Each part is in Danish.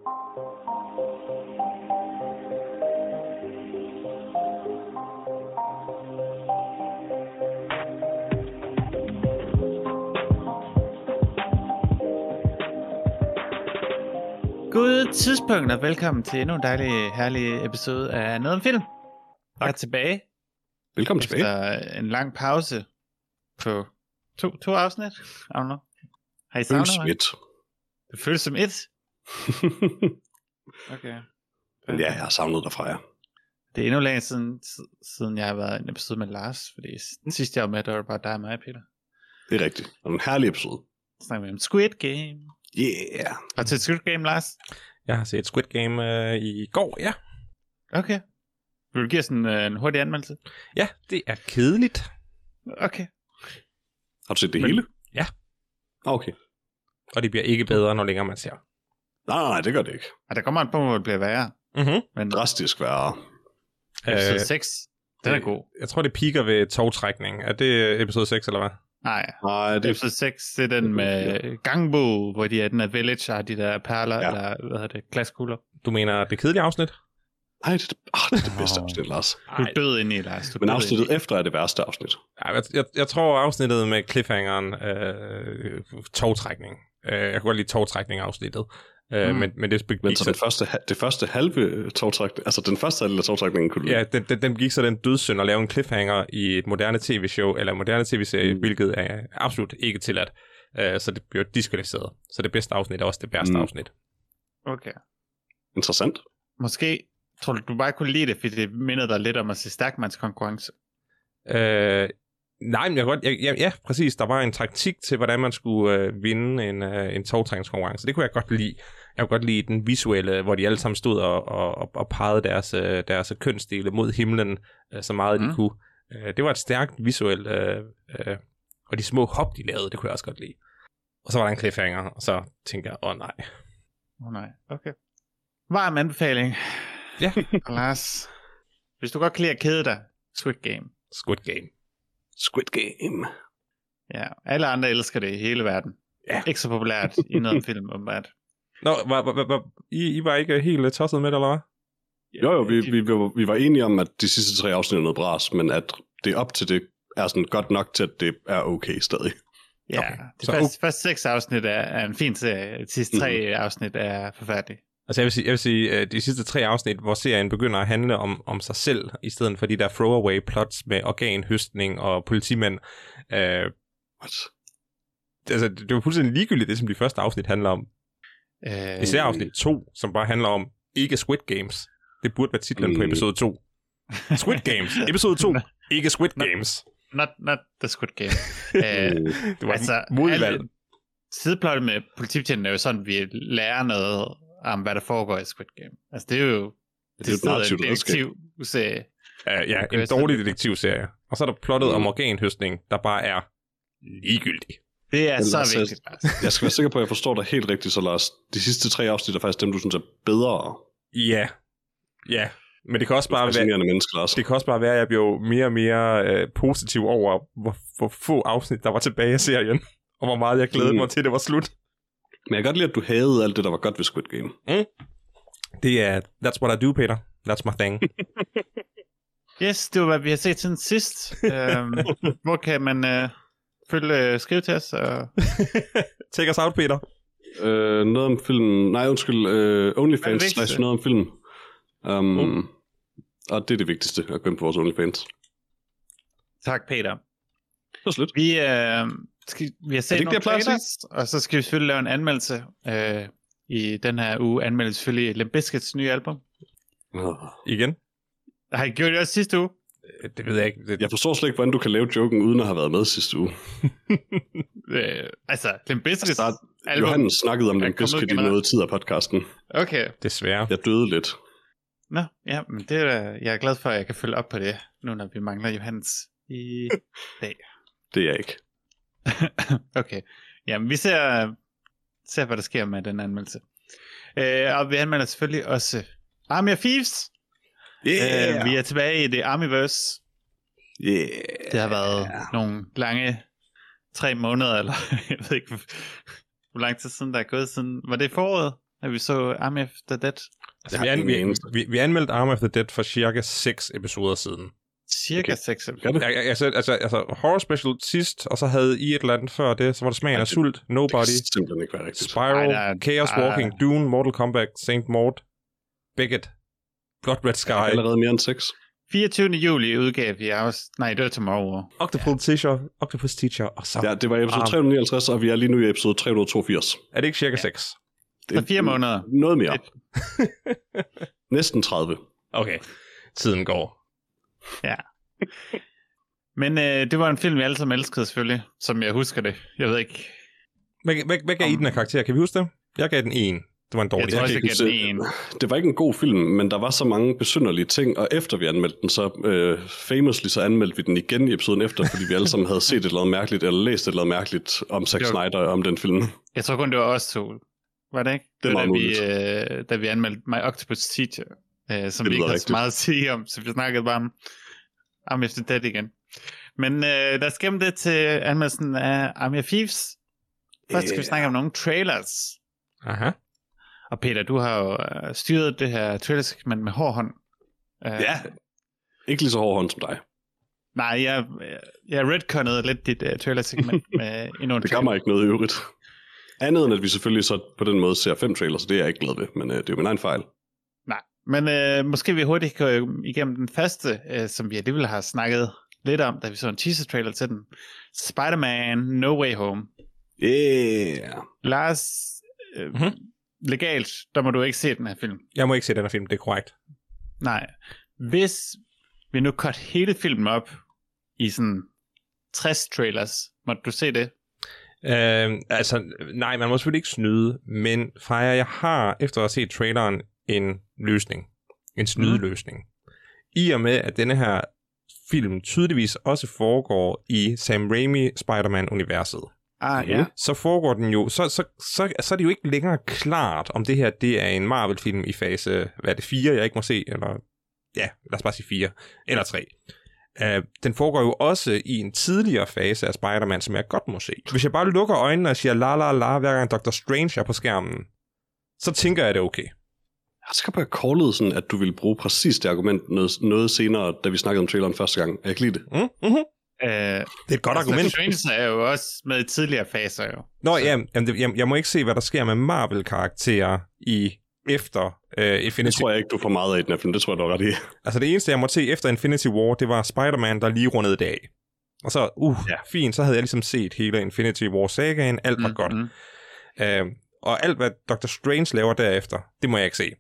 God tidspunkt og velkommen til endnu en dejlig, herlig episode af Noget om Film. Jeg er tilbage. Velkommen tilbage. Efter en lang pause på to afsnit. Har I savnet mig? Det føles som et. Okay. Men ja, jeg har savnet dig fra jer. Det er endnu længere siden jeg har været i en episode med Lars, fordi sidst jeg var med, der var bare dig og mig, Peter. Det er rigtigt. Og en herlig episode. Så snakker vi om Squid Game. Yeah. Har du set Squid Game, Lars? Jeg har set Squid Game i går, ja. Okay. Vil du give os en hurtig anmeldelse? Ja, det er kedeligt. Okay. Har du set det hele? Ja. Okay. Og det bliver ikke bedre, når længere man ser. Nej, det gør det ikke. Og der kommer an på, hvor det bliver værre. Mm-hmm. Men Drastisk værre. episode 6, den er god. Jeg tror, det piker ved togtrækning. Er det episode 6, eller hvad? Nej, det er episode 6, det er den med Gangbo, hvor de er den af Village, har de der perler, eller hvad hedder det, glaskugler. Du mener det kedelige afsnit? Nej, det er det bedste afsnit, Lars. Du er død inde i, Lars. Men afsnittet efter er det værste afsnit. Jeg tror afsnittet med cliffhangeren, togtrækning. Jeg kunne godt lide togtrækning-afsnittet. Men så det første halve togtrækning, altså den første halve af togtrækningen kunne du... Ja, den gik så den dødssynd at lave en cliffhanger i et moderne tv-show, eller en moderne tv-serie, hvilket er absolut ikke tilladt. Så det bliver diskvalificeret. Så det bedste afsnit er også det værste afsnit. Okay. Interessant. Måske tror du bare kunne lide det, fordi det mindede dig lidt om at se stærkmandskonkurrence. Nej, men ja, præcis. Der var en taktik til, hvordan man skulle vinde en togtrækningskonkurrence. Det kunne jeg godt lide. Jeg kunne godt lide den visuelle, hvor de alle sammen stod og pegede deres kønsdele mod himlen, så meget de kunne. Det var et stærkt visuelt, og de små hop, de lavede, det kunne jeg også godt lide. Og så var der en cliffhanger, og så tænkte jeg, nej. Okay. Varm anbefaling. Ja. Lars, hvis du godt kan lide at kede dig, Squid Game. Ja, alle andre elsker det i hele verden. Ja. Ikke så populært i noget film, åbenbart. Nå, I var ikke helt tosset med det, eller hvad? Jo, vi var enige om, at de sidste 3 afsnit er noget bras, men at det op til det er sådan godt nok til, at det er okay stadig. Ja, okay. De første 6 afsnit er en fin serie. De sidste 3 afsnit er forfærdelige. Altså jeg vil sige, de sidste 3 afsnit, hvor serien begynder at handle om sig selv, i stedet for de der throwaway plots med organhøstning og politimænd. Altså, det var fuldstændig ligegyldigt, det som de første afsnit handler om. Især afsnit 2, som bare handler om ikke Squid Games. Det burde være titlen på episode 2. Squid Games, episode 2, ikke Squid Games. Not the Squid Game. Det var altså, modvalg. Sideplottet med politibetjenten er jo sådan, at vi lærer noget om, hvad der foregår i Squid Game. Altså, det er jo en detektivserie. Ja, en dårlig detektivserie. Og så er der plottet om organhøstning, der bare er ligegyldig. Det er så vigtigt. Jeg skal være sikker på, at jeg forstår dig helt rigtigt, så Lars. De sidste 3 afsnit er faktisk dem, du synes er bedre. Ja. Men det kan også bare være, at jeg blev mere og mere positiv over, hvor få afsnit der var tilbage i serien, og hvor meget jeg glædede mig til, det var slut. Men jeg kan godt lide, at du havde alt det, der var godt ved Squid Game. Det er, that's what I do, Peter. That's my thing. Yes, det var, hvad vi har set siden sidst. Hvor kan man skrive til os? Take us out, Peter. Noget om film. Nej, undskyld. OnlyFans / noget om film. Og det er det vigtigste at gå ind på vores OnlyFans. Tak, Peter. Det er slut. Vi har set nogle trailers, og så skal vi selvfølgelig lave en anmeldelse. I den her uge anmeldes selvfølgelig Limp Bizkits nye album. Igen? Har I gjort det også sidste uge? Det ved jeg ikke. Jeg forstår slet ikke, hvordan du kan lave joken, uden at have været med sidste uge. Altså, Limp Bizkits album... Johannes snakkede om Limp Bizkit i noget tid af podcasten. Okay. Desværre. Jeg døde lidt. Nå, ja, men det jeg er glad for, at jeg kan følge op på det, nu når vi mangler Johannes i dag. Det er jeg ikke. Okay. Jamen, vi ser, hvad der sker med den anmeldelse. Og vi anmelder selvfølgelig også Army of Thieves. Yeah. Vi er tilbage i det Armyverse. Yeah. Det har været nogle lange 3 måneder, eller jeg ved ikke, hvor lang tid siden der er gået siden. Var det foråret? da vi så Army of the Dead? Altså, vi anmeldte Army of the Dead for cirka 6 episoder siden. Cirka 6 episoder? Altså, Horror Special sidst, og så havde I et eller andet før det, så var det Smagen af Sult, Nobody, det kan simpelthen ikke være rigtigt. Spiral, Chaos Walking, Dune, Mortal Kombat, Saint Maud, Beckett, Blood Red Sky. Allerede mere end 6. 24. juli udgav vi også... Nej, det var Tomorrow. Octopus Teacher, og så... Ja, det var episode 359, og vi er lige nu i episode 382. Er det ikke cirka 6? Det er 4 måneder. Noget mere. Næsten 30. Okay, tiden går. Ja. Men det var en film, vi alle sammen elskede selvfølgelig, som jeg husker det. Jeg ved ikke... Hvad gav I den af karakter? Kan vi huske det? Jeg gav den 1. Det var en dårlig. Jeg tror også, jeg gav den 1. Det var ikke en god film, men der var så mange besynderlige ting, og efter vi anmeldte den, så famously så anmeldte vi den igen i episoden efter, fordi vi alle sammen havde set et eller andet mærkeligt, eller læst et eller andet mærkeligt om Zack Snyder om den film. Jeg tror kun, det var os to. Var det ikke? Det var da vi anmeldte My Octopus Teacher, som vi ikke havde så meget at sige om, så vi snakkede bare om Army of the Dead igen. Men lad os gemme det til anmeldelsen af Army of Thieves. Først skal vi snakke om nogle trailers. Aha. Og Peter, du har jo styret det her trailersegment med hård hånd. Ja, ikke lige så hård hånd som dig. Nej, jeg retconnede lidt dit trailersegment med endnu en trailer. Det gør mig ikke noget i øvrigt. Andet end at vi selvfølgelig så på den måde ser 5 trailers, så det er jeg ikke glad ved, men det er jo min egen fejl. Nej, men måske vi hurtigt kan gå igennem den første, som vi alligevel har snakket lidt om, da vi så en teaser-trailer til den. Spider-Man No Way Home. Yeah. Lars, legalt, der må du ikke se den her film. Jeg må ikke se den her film, det er korrekt. Nej. Hvis vi nu cut hele filmen op i sådan 60 trailers, må du se det? Altså, nej, man må selvfølgelig ikke snyde, men Freja, jeg har efter at have set traileren en løsning. En snydeløsning. I og med, at denne her film tydeligvis også foregår i Sam Raimi Spider-Man-universet. Ja. Så foregår den jo, så er det jo ikke længere klart, om det her det er en Marvel-film i fase, hvad er det, 4, jeg ikke må se, eller ja, lad os bare sige 4, eller 3. Den foregår jo også i en tidligere fase af Spider-Man, som jeg godt må se. Hvis jeg bare lukker øjnene og siger la la la, hver gang Dr. Strange er på skærmen, så tænker jeg, det er okay. Jeg skal bare callede sådan, at du ville bruge præcis det argument noget senere, da vi snakkede om traileren første gang. Jeg kan lide det. Det er et godt argument. Dr. Strange er jo også med i tidligere faser jo. Nå ja, jeg må ikke se, hvad der sker med Marvel-karakterer efter Infinity. Det tror jeg ikke, du får meget af i den her film. Det tror jeg, du er ret i. Altså det eneste, jeg måtte se efter Infinity War, det var Spider-Man, der lige rundede det af. Og så, fint, så havde jeg ligesom set hele Infinity War-sagaen. Alt var godt. Og alt, hvad Dr. Strange laver derefter, det må jeg ikke se.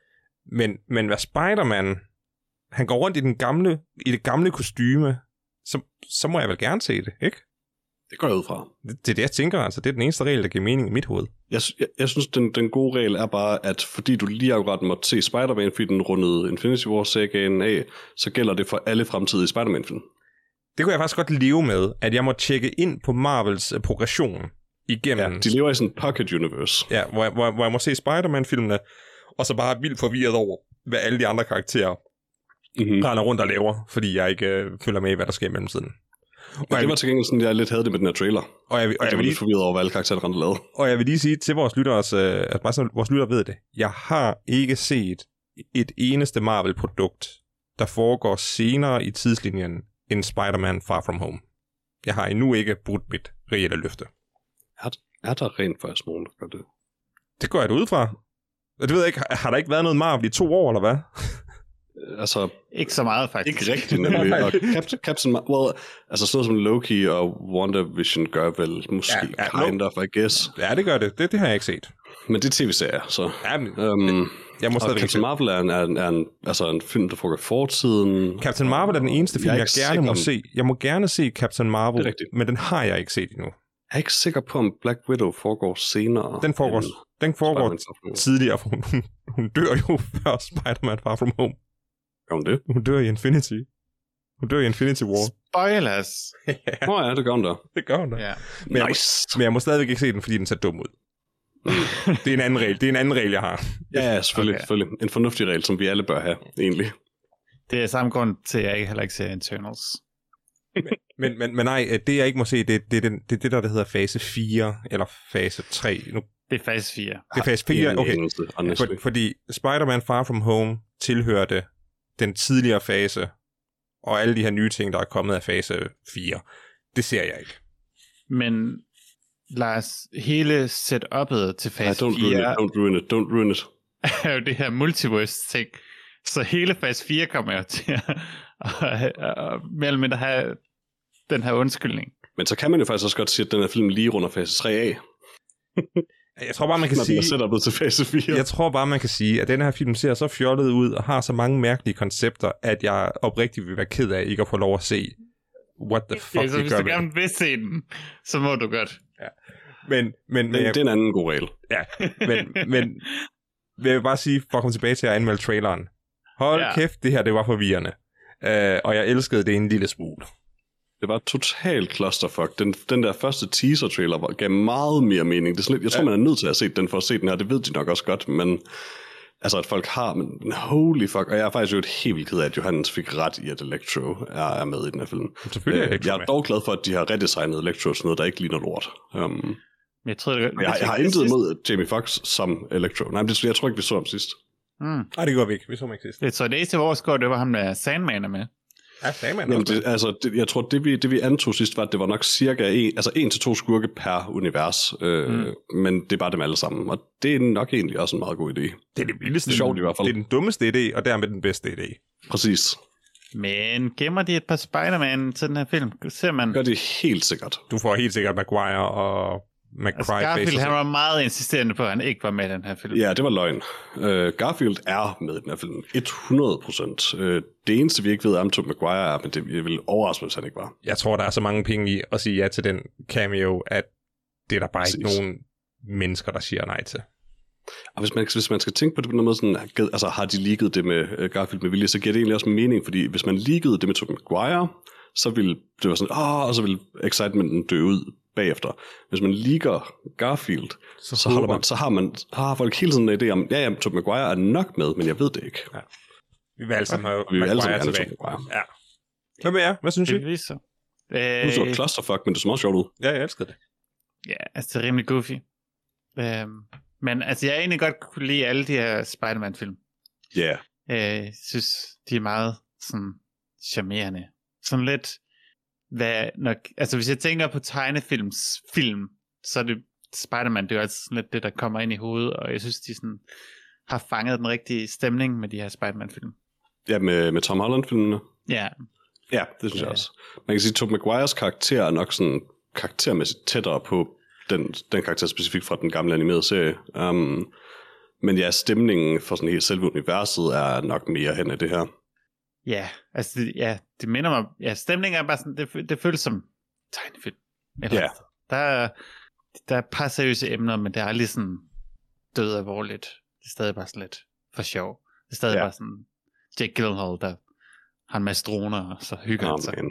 Men hvad Spider-Man, han går rundt i det gamle kostyme, så må jeg vel gerne se det, ikke? Det går jeg ud fra. Det er det, jeg tænker, altså. Det er den eneste regel, der giver mening i mit hoved. Jeg synes, den gode regel er bare, at fordi du lige akkurat måtte se Spider-Man, fordi den rundede Infinity War-sagaen af, så gælder det for alle fremtidige Spider-Man-film. Det kunne jeg faktisk godt leve med, at jeg må tjekke ind på Marvels progression igennem. Ja, de lever i sådan en pocket universe. Ja, hvor jeg må se Spider-Man-filmene, og så bare vildt forvirret over, hvad alle de andre karakterer render rundt og laver, fordi jeg ikke følger med i, hvad der sker i mellemtiden. Og det var til gengæld sådan, jeg lidt havde det med den her trailer. Og jeg var lidt forvirret over, hvad alle karakterer rendte lavet. Og jeg vil lige sige til vores lyttere, at bare så vores lyttere ved det, jeg har ikke set et eneste Marvel-produkt, der foregår senere i tidslinjen end Spider-Man Far From Home. Jeg har endnu ikke brudt mit reelle løfte. Er der rent faktisk nogen, der gør det? Det går jeg da ud fra. Det ved jeg ikke. Har der ikke været noget Marvel i 2 år, eller hvad? Altså, ikke så meget, faktisk. Ikke rigtigt, nemlig. Og Captain Marvel, altså sådan noget som Loki og WandaVision gør vel måske kind of, I guess. Ja, det gør det. Det har jeg ikke set. Men det er tv-serier, så... Ja, jeg må og Captain Marvel er en film, der foregår i fortiden. Captain Marvel er den eneste film, jeg gerne må se. Jeg må gerne se Captain Marvel, men den har jeg ikke set endnu. Jeg er ikke sikker på, om Black Widow foregår senere. Den foregår tidligere, for hun dør jo før Spider-Man Far From Home. Gør hun det? Hun dør i Infinity. Hun dør i Infinity War. Spoilers! Ja, det gør hun da. Det gør hun da. Ja. Men jeg må stadigvæk ikke se den, fordi den ser dum ud. Det er en anden regel. Det er en anden regel, jeg har. Ja, selvfølgelig. En fornuftig regel, som vi alle bør have, egentlig. Det er samme grund til, at jeg heller ikke ser Eternals. Men nej, det jeg ikke må se, det er det der hedder fase 4, eller fase 3. Nu Det er fase 4. Det er fase 4, okay. Fordi Spider-Man Far From Home tilhørte den tidligere fase, og alle de her nye ting, der er kommet af fase 4. Det ser jeg ikke. Men Lars, hele setup'et til fase 4... Don't ruin it. er jo det her multiverse-ting. Så hele fase 4 kommer jo til at mere eller mindre have den her undskyldning. Men så kan man jo faktisk også godt sige, at den her film lige runder fase 3A. Jeg tror bare, man kan sige... til fase 4. Jeg tror bare, man kan sige, at den her film ser så fjollet ud, og har så mange mærkelige koncepter, at jeg oprigtigt vil være ked af ikke at få lov at se, what the fuck så hvis du gerne vil se den, så må du godt. Ja. Men det er en anden god regel. Ja, men vil jeg bare sige, for at komme tilbage til at anmelde traileren. Hold kæft, det her, det var forvirrende. Og jeg elskede det en lille smule. Det var totalt clusterfuck. Den der første teaser-trailer gav meget mere mening. Det er sådan lidt, jeg tror, man er nødt til at se den for at se den her. Det ved de nok også godt, men altså at folk har, men holy fuck. Og jeg er faktisk jo et helt vildt ked af, at Johannes fik ret i, at Electro er med i den her film. Jeg er dog glad for, at de har redesignet Electro til noget, der ikke ligner lort. Jeg har intet imod Jamie Foxx som Electro. Nej, jeg tror ikke, vi så ham sidst. Nej, det går vi ikke. Vi så ham ikke sidst. Det så det eneste årsgår, det var ham, der Sandman er med. Ja, Sandman. Jamen, jeg tror, det vi antog sidst var, at det var nok cirka 1 til 2 skurke per univers. Men det er bare dem alle sammen. Og det er nok egentlig også en meget god idé. Det er det vildeste. Sjovt i hvert fald. Det er den dummeste idé, og dermed den bedste idé. Præcis. Men gemmer de et par Spider-Man til den her film? Ser man? Gør det helt sikkert. Du får helt sikkert Maguire og McCry. Garfield, han var meget insisterende på, at han ikke var med i den her film. Ja, det var løgn. Garfield er med i den her film. 100%. Det eneste, vi ikke ved om Tobey Maguire er, men det vil overraske, hvis han ikke var. Jeg tror, der er så mange penge i at sige ja til den cameo, at det er der bare ikke nogen mennesker, der siger nej til. Og hvis man skal tænke på det på noget måde, sådan, altså har de leaget det med Garfield med vilje, så giver det egentlig også mening, fordi hvis man leakede det med Tobey Maguire, så ville det være sådan, og så ville excitementen dø ud bagefter. Hvis man leaker Garfield, så har folk hele tiden en idé om, ja, Tobey Maguire er nok med, men jeg ved det ikke. Ja. Vi vil alle sammen have Maguire tilbage. Ja. Hvad med jer? Hvad synes I? Det viser. Du så clusterfuck, men det så meget sjovt ud. Ja, jeg elsker det. Ja, altså det er rimelig goofy. Men altså jeg egentlig godt kunne lide alle de her Spider-Man-film. Ja. Jeg synes, de er meget sådan charmerende. Sådan lidt, altså hvis jeg tænker på tegnefilm, så er det Spider-Man, det er jo altid sådan lidt det, der kommer ind i hovedet, og jeg synes, de sådan har fanget den rigtige stemning med de her Spider-Man-film. Ja, med Tom Holland-filmene. Ja. Ja, det synes jeg også. Man kan sige, at Tobey Maguires karakter er nok sådan karaktermæssigt tættere på den karakter specifikt fra den gamle animerede serie. Men ja, stemningen for sådan helt selve universet er nok mere hen af det her. Ja, altså det minder mig, ja, stemningen er bare sådan, det føles som tegnefilm. Ja. Der er et par seriøse emner, men det er aldrig sådan død alvorligt. Det er stadig bare sådan lidt for sjov. Det er stadig bare sådan Jake Gyllenhaal, der har en masse droner, og så hygger han sig.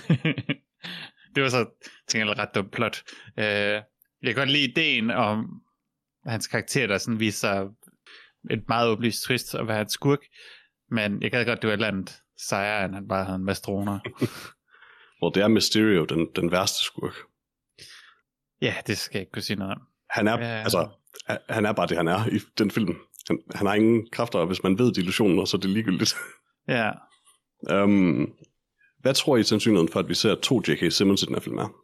Det var så, tænker jeg, ret dumt plot. Jeg kan godt lide ideen om hans karakter, der sådan viser et meget oplyst twist at være et skurk. Men jeg kan godt, det var et eller andet sejre, end han bare havde en masse droner. Hvor det er Mysterio, den værste skurk. Ja, det skal jeg ikke kunne sige noget om. Han er bare det, han er i den film. Han har ingen kræfter, og hvis man ved de illusioner, så er det ligegyldigt. Ja. Hvad tror I sandsynligheden for, at vi ser 2 J.K. Simmons i den her film er?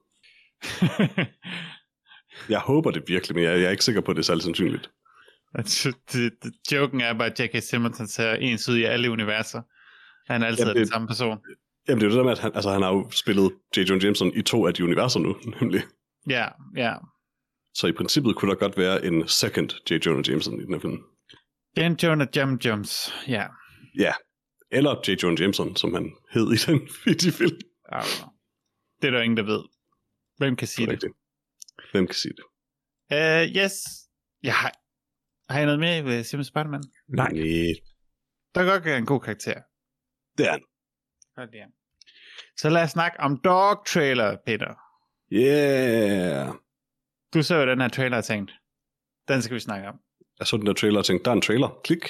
Jeg håber det virkelig, men jeg er ikke sikker på, at det er særlig sandsynligt. Joken er bare, at J.K. Simmons han ser ens ud i alle universer. Han er altid den samme person. Jamen det er jo det der med, at han har jo spillet J. Jonah Jameson i 2 af de universer nu, nemlig. Ja. Så i princippet kunne der godt være en second J. Jonah Jameson i den her film. J. Jonah Jameson, ja. Ja, eller J. Jonah Jameson, som han hed i den film. Det er der ingen, der ved. Hvem kan sige det? Hvem kan sige det? Yes. Har I noget mere ved Simmons Spider-Man? Nej. Der kan godt være en god karakter. Det er han. Ja. Så lad os snakke om Dog Trailer, Peter. Yeah. Du så jo den her trailer og tænkte, den skal vi snakke om. Jeg så den der trailer og tænkte, der er en trailer. Klik.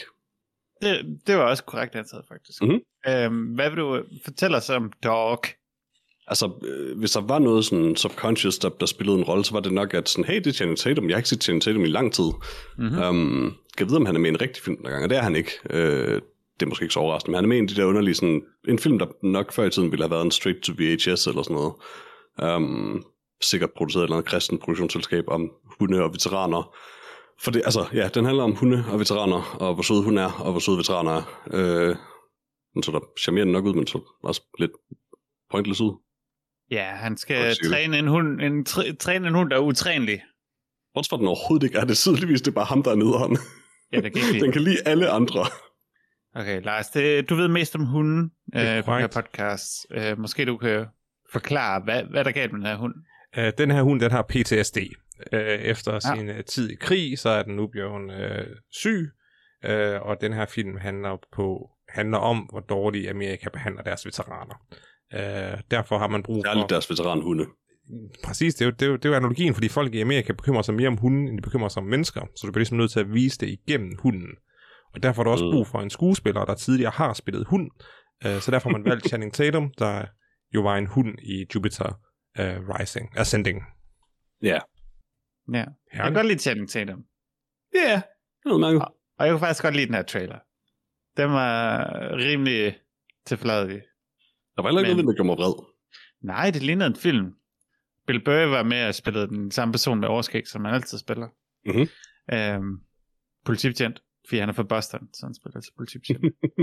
Det var også korrekt antaget, faktisk. Mm-hmm. Hvad vil du fortælle os om Dog? Altså, hvis der var noget sådan subconscious, der spillede en rolle, så var det nok, at sådan, hey, det er Channing Tatum. Jeg har ikke set Channing Tatum i lang tid. Mm-hmm. Kan vide, om han er med i en rigtig film den gang, og det er han ikke. Det er måske ikke så overraskende, men han er med i de der underlige sådan, en film, der nok før i tiden ville have været en straight to VHS eller sådan noget. Sikkert produceret et eller andet kristen produktionsselskab om hunde og veteraner. For det, altså, ja, den handler om hunde og veteraner, og hvor søde hun er, og hvor søde veteraner er. Den så der charmerende nok ud, men så også lidt pointless ud. Ja, han skal træne en hund, træne en hund, der er utrænelig. Hvorfor for den overhovedet ikke er det? Tydeligvis det er bare ham, der er nederen. Ja, det kan ikke den kan lide alle andre. Okay, Lars, du ved mest om hunden på den her podcast. Måske du kan forklare, hvad der galt med den her hund? Den her hund, den har PTSD. Efter sin tid i krig, så er den nu blevet hun syg. Og den her film handler om, hvor dårligt Amerika behandler deres veteraner. Derfor har man brug for... Særligt deres veteranhunde. Præcis, det er jo analogien, fordi folk i Amerika bekymrer sig mere om hunden, end de bekymrer sig om mennesker. Så du bliver ligesom nødt til at vise det igennem hunden. Og derfor er der også brug for en skuespiller, der tidligere har spillet hund. Så derfor har man valgt Channing Tatum, der jo var en hund i Jupiter Ascending. Ja. Jeg kan godt lide Channing Tatum. Ja, det er noget mange. Og jeg kunne faktisk godt lide den her trailer. Den var rimelig tilforladelig. Der var heller ikke noget, der gjorde mig vred. Nej, det lignede en film. Bill Burr var med at spille den samme person med overskæg, som han altid spiller. Mm-hmm. Politibetjent, fordi han er fra Boston, så han spiller til politibetjent.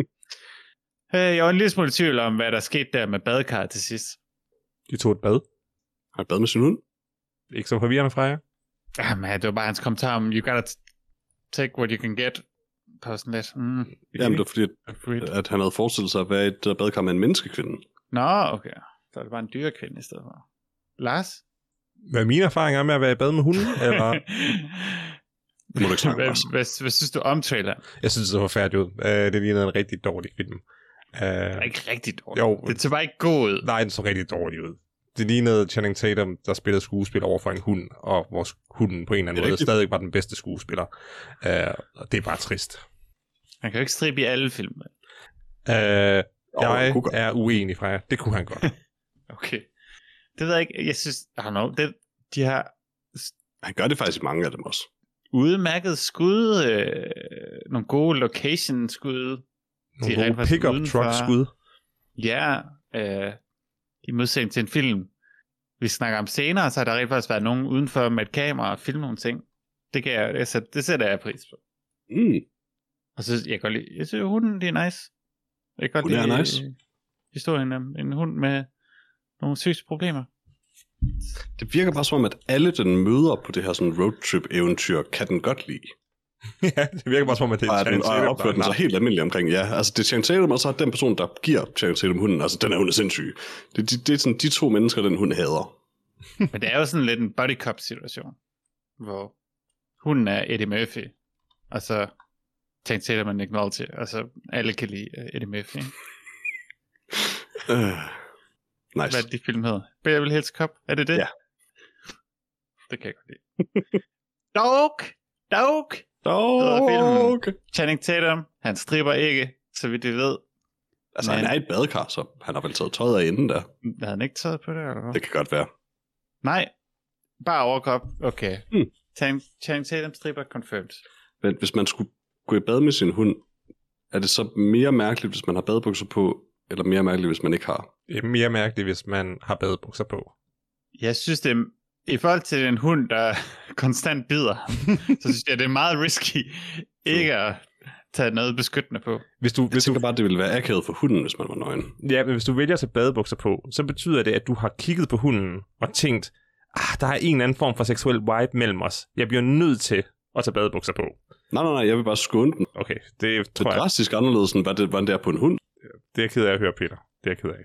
Jeg var en lille smule i tvivl om, hvad der skete der med badekarret til sidst. De tog et bad. Har han bad med sin hund? Ikke så forvirrende fra jer? Jamen, det var bare hans kommentar om, you gotta take what you can get. På sådan lidt. Jamen, det var fordi, at han havde forestillet sig at være et badekar med en menneskekvinde. Nå, okay. Så er det bare en dyrekvinde i stedet for. Lars? Hvad er mine erfaringer med at være i bad med hunden? Eller... Det må du ikke snakke om. Hvad synes du om traileren? Jeg synes, det var færdigt ud. Det lignede en rigtig dårlig film. Det er ikke rigtig dårligt. Jo, det så bare ikke god ud. Nej, den så rigtig dårlig ud. Det lignede Channing Tatum, der spillede skuespil over for en hund, og vores hunden på en eller anden måde stadig var den bedste skuespiller. Og det er bare trist. Han kan jo ikke stribe i alle film. Jeg er uenig fra jer. Det kunne han godt. Okay. Det ved jeg ikke. Jeg synes, de har... Han gør det faktisk i mange af dem også. Udmærket skud. Nogle gode location skud. Nogle gode pick-up truck skud. Ja. I modsætning til en film, vi snakker om senere, så har der rent faktisk været nogen udenfor med et kamera og filme nogle ting. Det sætter jeg pris på. Og så jeg synes, hunden, det er nice. Jeg kan godt lide nice. Historien om en hund med nogle psykiske problemer. Det virker bare som om, at alle den møder på det her sådan roadtrip-eventyr, kan den godt lide. Ja, det virker bare som om, at det er Channing Tatum. Og opfører den så helt almindelig omkring, ja. Altså, det er Channing Tatum, og så er den person, der giver Channing Tatum hunden, altså, den er hun er sindssyg. Det er sådan de to mennesker, den hund hader. Men det er jo sådan lidt en buddy cop situation, hvor hunden er Eddie Murphy, og så Channing Tatum er Nick Nolte, og så alle kan lide Eddie Murphy. Nice. Hvad er det, de film hedder? Beverly Hills Cop, er det det? Ja. Det kan jeg godt lide. Dog! Channing Tatum, han stripper ikke, så vidt vi ved. Altså, han er i et badekar, så han har vel taget tøjet af inden der. Havde han ikke taget på det, eller hvad? Det kan godt være. Nej, bare overkrop. Okay. Channing Tatum stripper confirmed. Men hvis man skulle gå i bad med sin hund, er det så mere mærkeligt, hvis man har badebukser på, eller mere mærkeligt, hvis man ikke har? Det er mere mærkeligt, hvis man har badebukser på. Jeg synes, det er... I forhold til en hund, der konstant bider, så synes jeg, det er meget risky ikke at tage noget beskyttende på. Jeg tænker bare, at det ville være akavet for hunden, hvis man var nøgen. Ja, men hvis du vælger at tage badebukser på, så betyder det, at du har kigget på hunden og tænkt, der er en eller anden form for seksuel vibe mellem os. Jeg bliver nødt til at tage badebukser på. Nej, jeg vil bare skåne den. Okay, det er drastisk anderledes, end hvad det er på en hund. Det er jeg ked af at høre, Peter. Det er jeg ked af.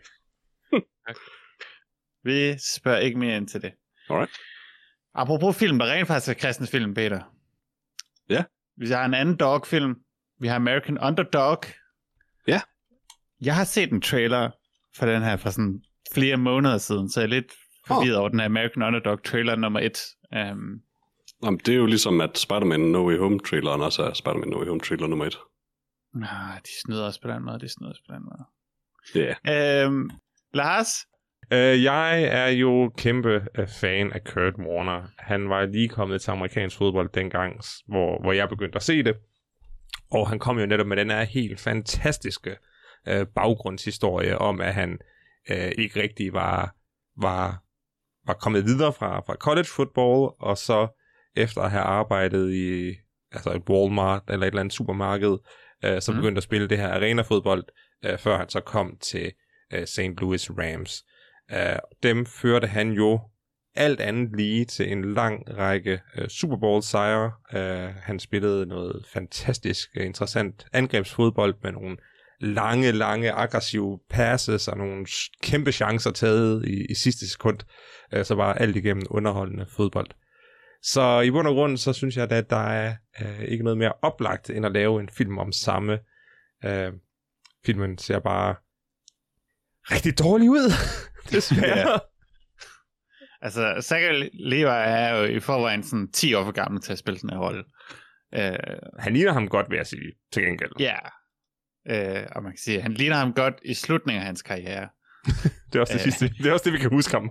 Vi spørger ikke mere ind til det. Alright. Apropos film, der rent faktisk er kristne film, Peter. Ja. Vi har en anden dog-film. Vi har American Underdog. Ja. Jeg har set en trailer for den her for sådan flere måneder siden, så jeg er lidt forvirret over den her American Underdog trailer nummer 1. Jamen, det er jo ligesom, at Spider-Man No Way Home traileren også er Spider-Man No Way Home trailer nummer 1. De snyder os på den måde, Ja. Lars, Jeg er jo kæmpe fan af Kurt Warner. Han var lige kommet til amerikansk fodbold dengang, hvor jeg begyndte at se det. Og han kom jo netop med den her helt fantastiske baggrundshistorie om, at han ikke rigtig var kommet videre fra college football, og så efter at have arbejdet i et Walmart eller et eller andet supermarked, så begyndte at spille det her arena-fodbold, før han så kom til St. Louis Rams. Dem førte han jo alt andet lige til en lang række Super Bowl-sejre. Han spillede noget fantastisk interessant angrebsfodbold med nogle lange, aggressive passes og nogle kæmpe chancer taget i sidste sekund. Så var alt igennem underholdende fodbold. Så i bund og grund, så synes jeg, at der er ikke noget mere oplagt, end at lave en film om samme. Filmen ser bare rigtig dårlig ud, desværre. Ja. Altså, Zachary Levi er jo i forvejen sådan 10 år for gammel til at spille den her rolle. Han ligner ham godt, vil jeg sige, til gengæld. Ja, og man kan sige, at han ligner ham godt i slutningen af hans karriere. Det er også det sidste. Det er også det, vi kan huske ham.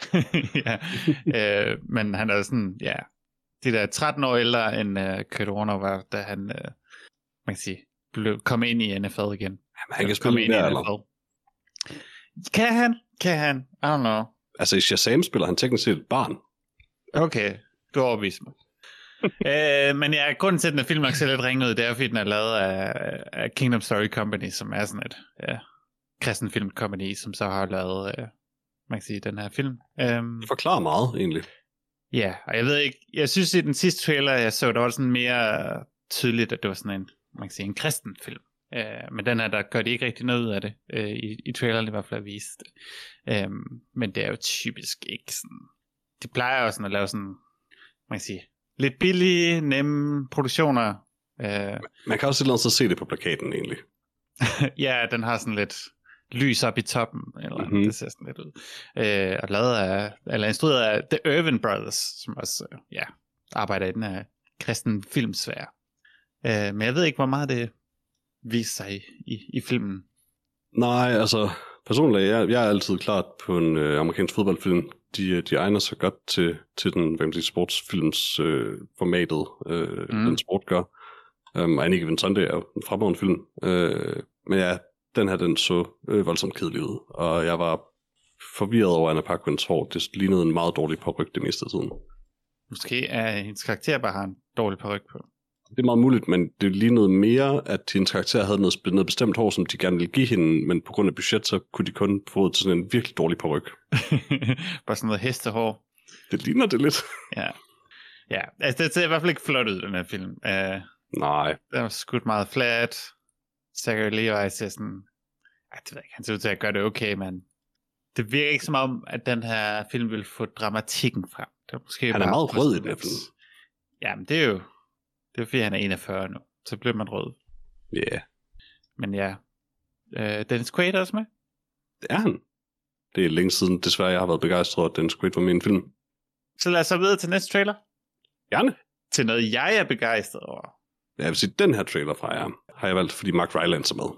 Ja, men han er sådan, ja, de der 13 år ældre end Kurt Warner var, da han, man kan sige, kom ind i NFL igen. Jamen, han kan spille ind i NFL. Kan han? I don't know. Altså i Shazam spiller han teknisk set et barn. Okay, du overbeviser mig. Men ja, grunden til, at den film nok ser lidt ringet ud, det er, fordi den er lavet af Kingdom Story Company, som er sådan et kristen film company, som så har lavet, man kan sige, den her film. Det forklarer meget, egentlig. Ja, og jeg ved ikke, jeg synes i den sidste trailer, jeg så, der var sådan mere tydeligt, at det var sådan en, man kan sige, en kristen film. Men den her, der gør de ikke rigtig noget ud af det. I traileren i hvert fald er vist. Men det er jo typisk ikke sådan. De plejer jo sådan at lave sådan, man kan sige, lidt billige, nemme produktioner. Man kan også et eller andet se det på plakaten egentlig. Ja, den har sådan lidt lys op i toppen, eller det ser sådan lidt ud. Og lavet af, eller instrueret af The Irvin Brothers, som også arbejder i den her kristen filmsfære. Men jeg ved ikke, hvor meget det viser sig i filmen. Nej, altså personligt, jeg er altid klart på en amerikansk fodboldfilm. De egner sig godt til den, hvad man siger, sportsfilms formatet, den sport gør. Any Given Sunday er jo en fremragende film. Men ja, den så voldsomt kedelig ud. Og jeg var forvirret over Anna Paquins hår. Det lignede en meget dårlig paryk det meste af tiden. Måske er hendes karakter bare har en dårlig paryk på. Det er meget muligt, men det lignede mere, at hendes karakter havde noget bestemt hår, som de gerne ville give hende, men på grund af budget, så kunne de kun få til sådan en virkelig dårlig paryk. Bare sådan noget hestehår. Det ligner det lidt. Ja, altså det ser i hvert fald ikke flot ud, den her film. Nej. Den var skudt meget flat. Zachary Levi ser sådan, det ved jeg ikke, han ser ud til at gøre det okay, men det virker ikke som om, at den her film vil få dramatikken frem. Det er måske han er meget rød i den her film. Jamen, det er jo fordi, han er 41 nu. Så bliver man rød. Ja. Yeah. Men ja. Dennis Quaid er også med? Det er han. Det er længe siden, desværre, jeg har været begejstret, at Dennis Quaid var med i en film. Så lad os så videre til næste trailer. Gerne. Til noget, jeg er begejstret over. Jeg vil sige, den her trailer fra jer har jeg valgt, fordi Mark Rylance er med.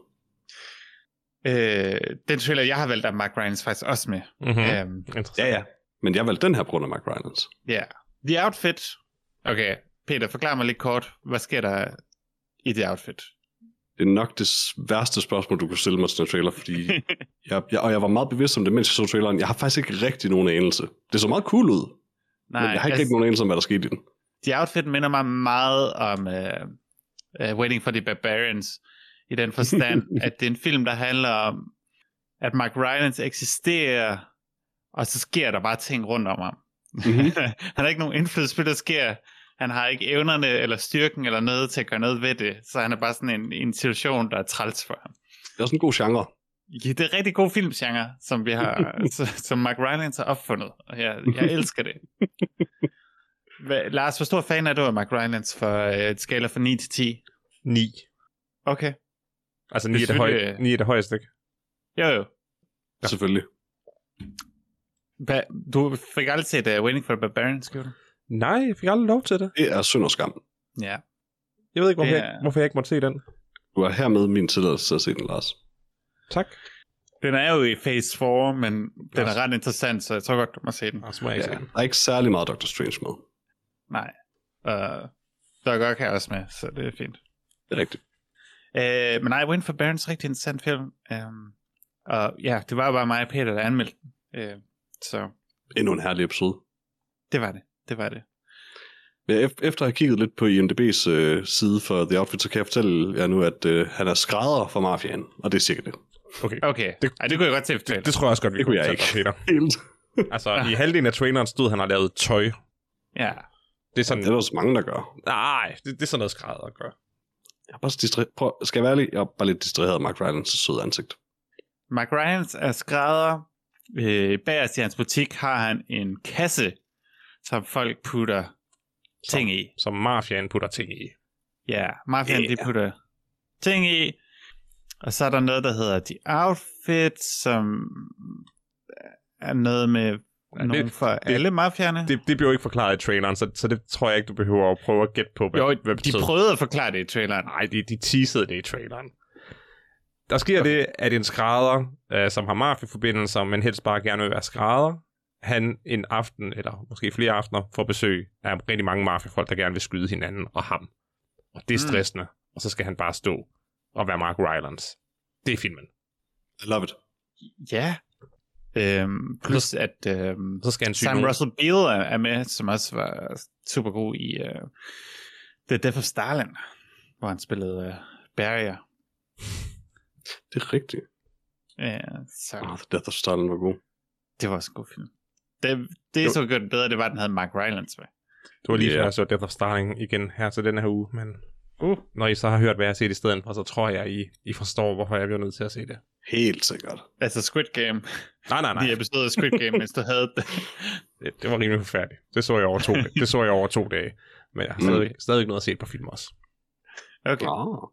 Den trailer, jeg har valgt, er Mark Rylance faktisk også med. Ja. Men jeg valgte den her på grund af Mark Rylance. Ja. The Outfit. Okay, Peter, forklar mig lidt kort. Hvad sker der i The Outfit? Det er nok det værste spørgsmål, du kunne stille mig til den trailer, fordi jeg var meget bevidst om det, mens jeg så traileren. Jeg har faktisk ikke rigtig nogen anelse. Det så meget cool ud. Nej, men jeg har ikke rigtig nogen anelse om, hvad der skete i den. The Outfit minder mig meget om Waiting for the Barbarians, i den forstand, at det er en film, der handler om, at Mark Rylance eksisterer, og så sker der bare ting rundt om ham. Han har ikke nogen indflydelse på, der sker. Han har ikke evnerne eller styrken eller noget til at gøre noget ved det, så han er bare sådan en situation, der er træls for ham. Det er også en god genre. Ja, det er rigtig god filmgenre, som vi har, som Mark Rylance har opfundet, og jeg elsker det. Lars, hvor stor fan er du af Mark Rylance for et skala fra 9 til 10? 9. Okay. Altså 9 er det højeste, ikke? Jo. Ja. Selvfølgelig. Du fik aldrig set Waiting for the Barbarians, skriver du? Nej, jeg fik aldrig lov til det. Det er synd og skam. Ja. Jeg ved ikke, hvorfor jeg ikke måtte se den. Du har hermed min tilladelse til at se den, Lars. Tak. Den er jo i Phase 4, men den er ret interessant, så jeg tror godt, du må se den. Der er ikke særlig meget Doctor Strange med. Nej. Doc Ock er også med, så det er fint. Det er rigtigt. Men nej, Win for Barons, rigtig interessant film. Og ja, det var jo bare mig og Peter, der anmeldte den. Så Endnu en herlig episode. det var det. Men efter at have kigget lidt på IMDb's side for The Outfit, så kan jeg fortælle jer nu, at han er skrædder for mafiaen, og det er sikkert det. Okay. Det kunne jeg godt se. Det tror jeg også godt, vi kunne jeg ikke. Peter. Helt. Altså, i halvdelen af traileren stod, han har lavet tøj. Ja. Det er sådan... Det er der så mange, der gør. Nej, det er sådan noget skrædder at gøre. Jeg er bare skal jeg være ærlig? Jeg er bare lidt distraheret af Mark Rylance søde ansigt. Mark Rylance er skrædder. Bagerst i hans butik har han en kasse, som folk putter ting i. Som mafiaen putter ting i. Ja, mafiaen de putter ting i. Og så er der noget, der hedder The Outfit, som er noget med nogen for alle mafierne. Det bliver jo ikke forklaret i traileren, så det tror jeg ikke, du behøver at prøve at gætte på, hvad de prøvede at forklare det i traileren. Nej, de teasede det i traileren. Der sker det, at en skrædder, som har mafieforbindelser, men helst bare gerne vil være skrædder, han en aften, eller måske flere aftener, får besøg af rigtig mange mafiefolk, der gerne vil skyde hinanden og ham. Og det er stressende. Og så skal han bare stå og være Mark Rylance. Det er filmen. I love it. Ja. Plus at så skal han Sam Russell Beale er med, som også var super god i The Death of Stalin, hvor han spillede Barrier. Det er rigtigt. Ja, så The Death of Stalin var god. Det var også en god film. Det er så godt bedre, det var, den havde Mark Rylance med. Det var lige før jeg så Death of Stalin igen her til denne her uge, men når I så har hørt, hvad jeg har set i stedet for, så tror jeg, I forstår, hvorfor jeg bliver nødt til at se det. Helt sikkert. Altså Squid Game. Nej. De episoder af Squid Game, hvis du havde det. Det var rimelig forfærdeligt. Det så jeg over 2 dage. Men jeg har stadig noget at se på film også. Okay.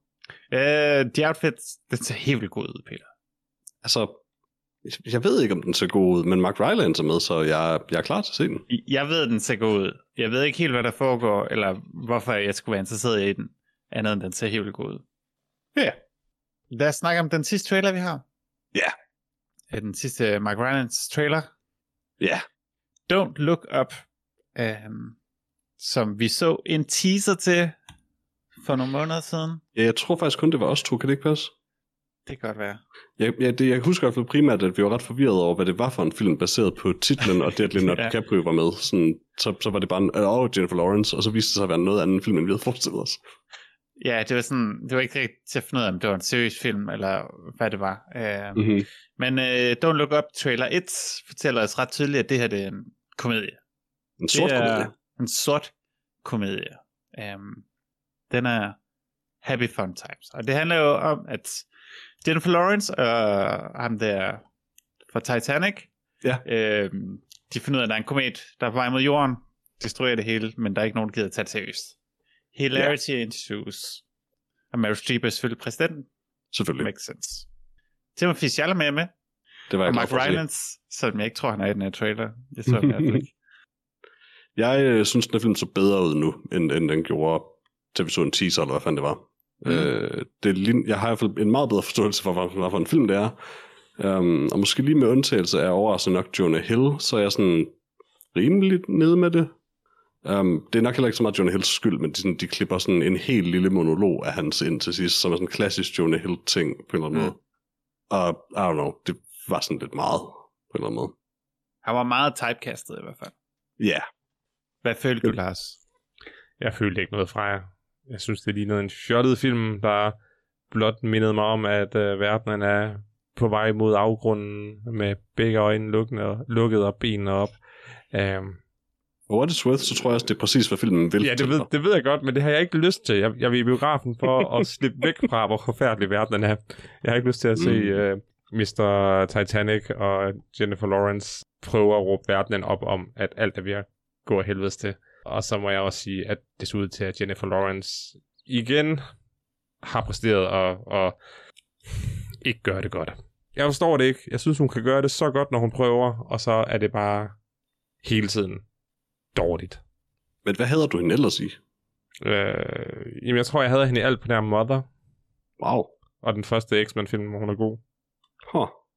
The Outfit, den ser helt vildt god ud, Peter. Altså, jeg ved ikke, om den ser god ud, men Mark Rylance er med, så jeg er klar til at se den. Jeg ved, den ser god ud. Jeg ved ikke helt, hvad der foregår, eller hvorfor jeg skulle være interesseret i den, andet end den ser helt vildt god ud. Ja. Lad os snakke om den sidste trailer, vi har. Ja. Den sidste Mark Rylance trailer. Ja. Don't Look Up, som vi så en teaser til for nogle måneder siden. Ja, jeg tror faktisk kun, det var os to. Kan det ikke passe? Det kan godt være. Jeg husker i hvert fald primært, at vi var ret forvirret over, hvad det var for en film, baseret på titlen, og det, at Leonardo DiCaprio var med. Sådan, så var det bare Jennifer Lawrence, og så viste det sig at være noget andet film, end vi havde forestillet os. Ja, det var ikke rigtigt til at finde ud af, om det var en seriøs film, eller hvad det var. Men Don't Look Up trailer 1 fortæller os ret tydeligt, at det her det er en komedie. En sort komedie? En sort komedie. Den er Happy Fun Times. Og det handler jo om, at Jennifer Lawrence og ham der fra Titanic, de finder ud af, at der er en komet, der er på vej mod jorden, destruerer det hele, men der er ikke nogen, der gider at tage det seriøst. Hilarity ensues. Og Meryl Streep er selvfølgelig præsidenten. Selvfølgelig. Makes sense. Timothy Chalamet er med. Det var jeg og Mark Rylance, som jeg ikke tror, han er i den her trailer. Det så jeg i hvert fald ikke. Jeg synes, den her film så bedre ud nu, end den gjorde, til vi så en teaser, eller hvad fanden det var. Jeg har i hvert fald en meget bedre forståelse for, hvad for en film det er. Og måske lige med undtagelse af overraskende nok Jonah Hill, så er jeg sådan rimelig nede med det. Det er nok heller ikke så meget Jonah Hills skyld, men de klipper sådan en helt lille monolog af hans ind til sidst, som er sådan en klassisk Jonah Hill ting på en eller anden måde. Og I don't know, det var sådan lidt meget på en eller anden måde. Han var meget typecastet i hvert fald. Ja. Yeah. Hvad følte du, Lars? Jeg følte ikke noget fra jer. Jeg synes, det lignede en fjollet film, der blot mindede mig om, at verdenen er på vej mod afgrunden med begge øjne lukket og benene op. For what it's worth, så tror jeg også, det er præcis, hvad filmen vil. Ja, det ved jeg godt, men det har jeg ikke lyst til. Jeg vil i biografen for at slippe væk fra, hvor forfærdelig verdenen er. Jeg har ikke lyst til at se Mr. Titanic og Jennifer Lawrence prøve at råbe verdenen op om, at alt er ved at gå af helvedes til. Og så må jeg også sige, at det ser ud til, at Jennifer Lawrence igen har præsteret og ikke gør det godt. Jeg forstår det ikke. Jeg synes, hun kan gøre det så godt, når hun prøver, og så er det bare hele tiden dårligt. Men hvad havde du hende ellers i? Jamen, jeg tror, jeg havde hende i alt på der Mother. Wow. Og den første X-Men-film, hvor hun er god. Huh.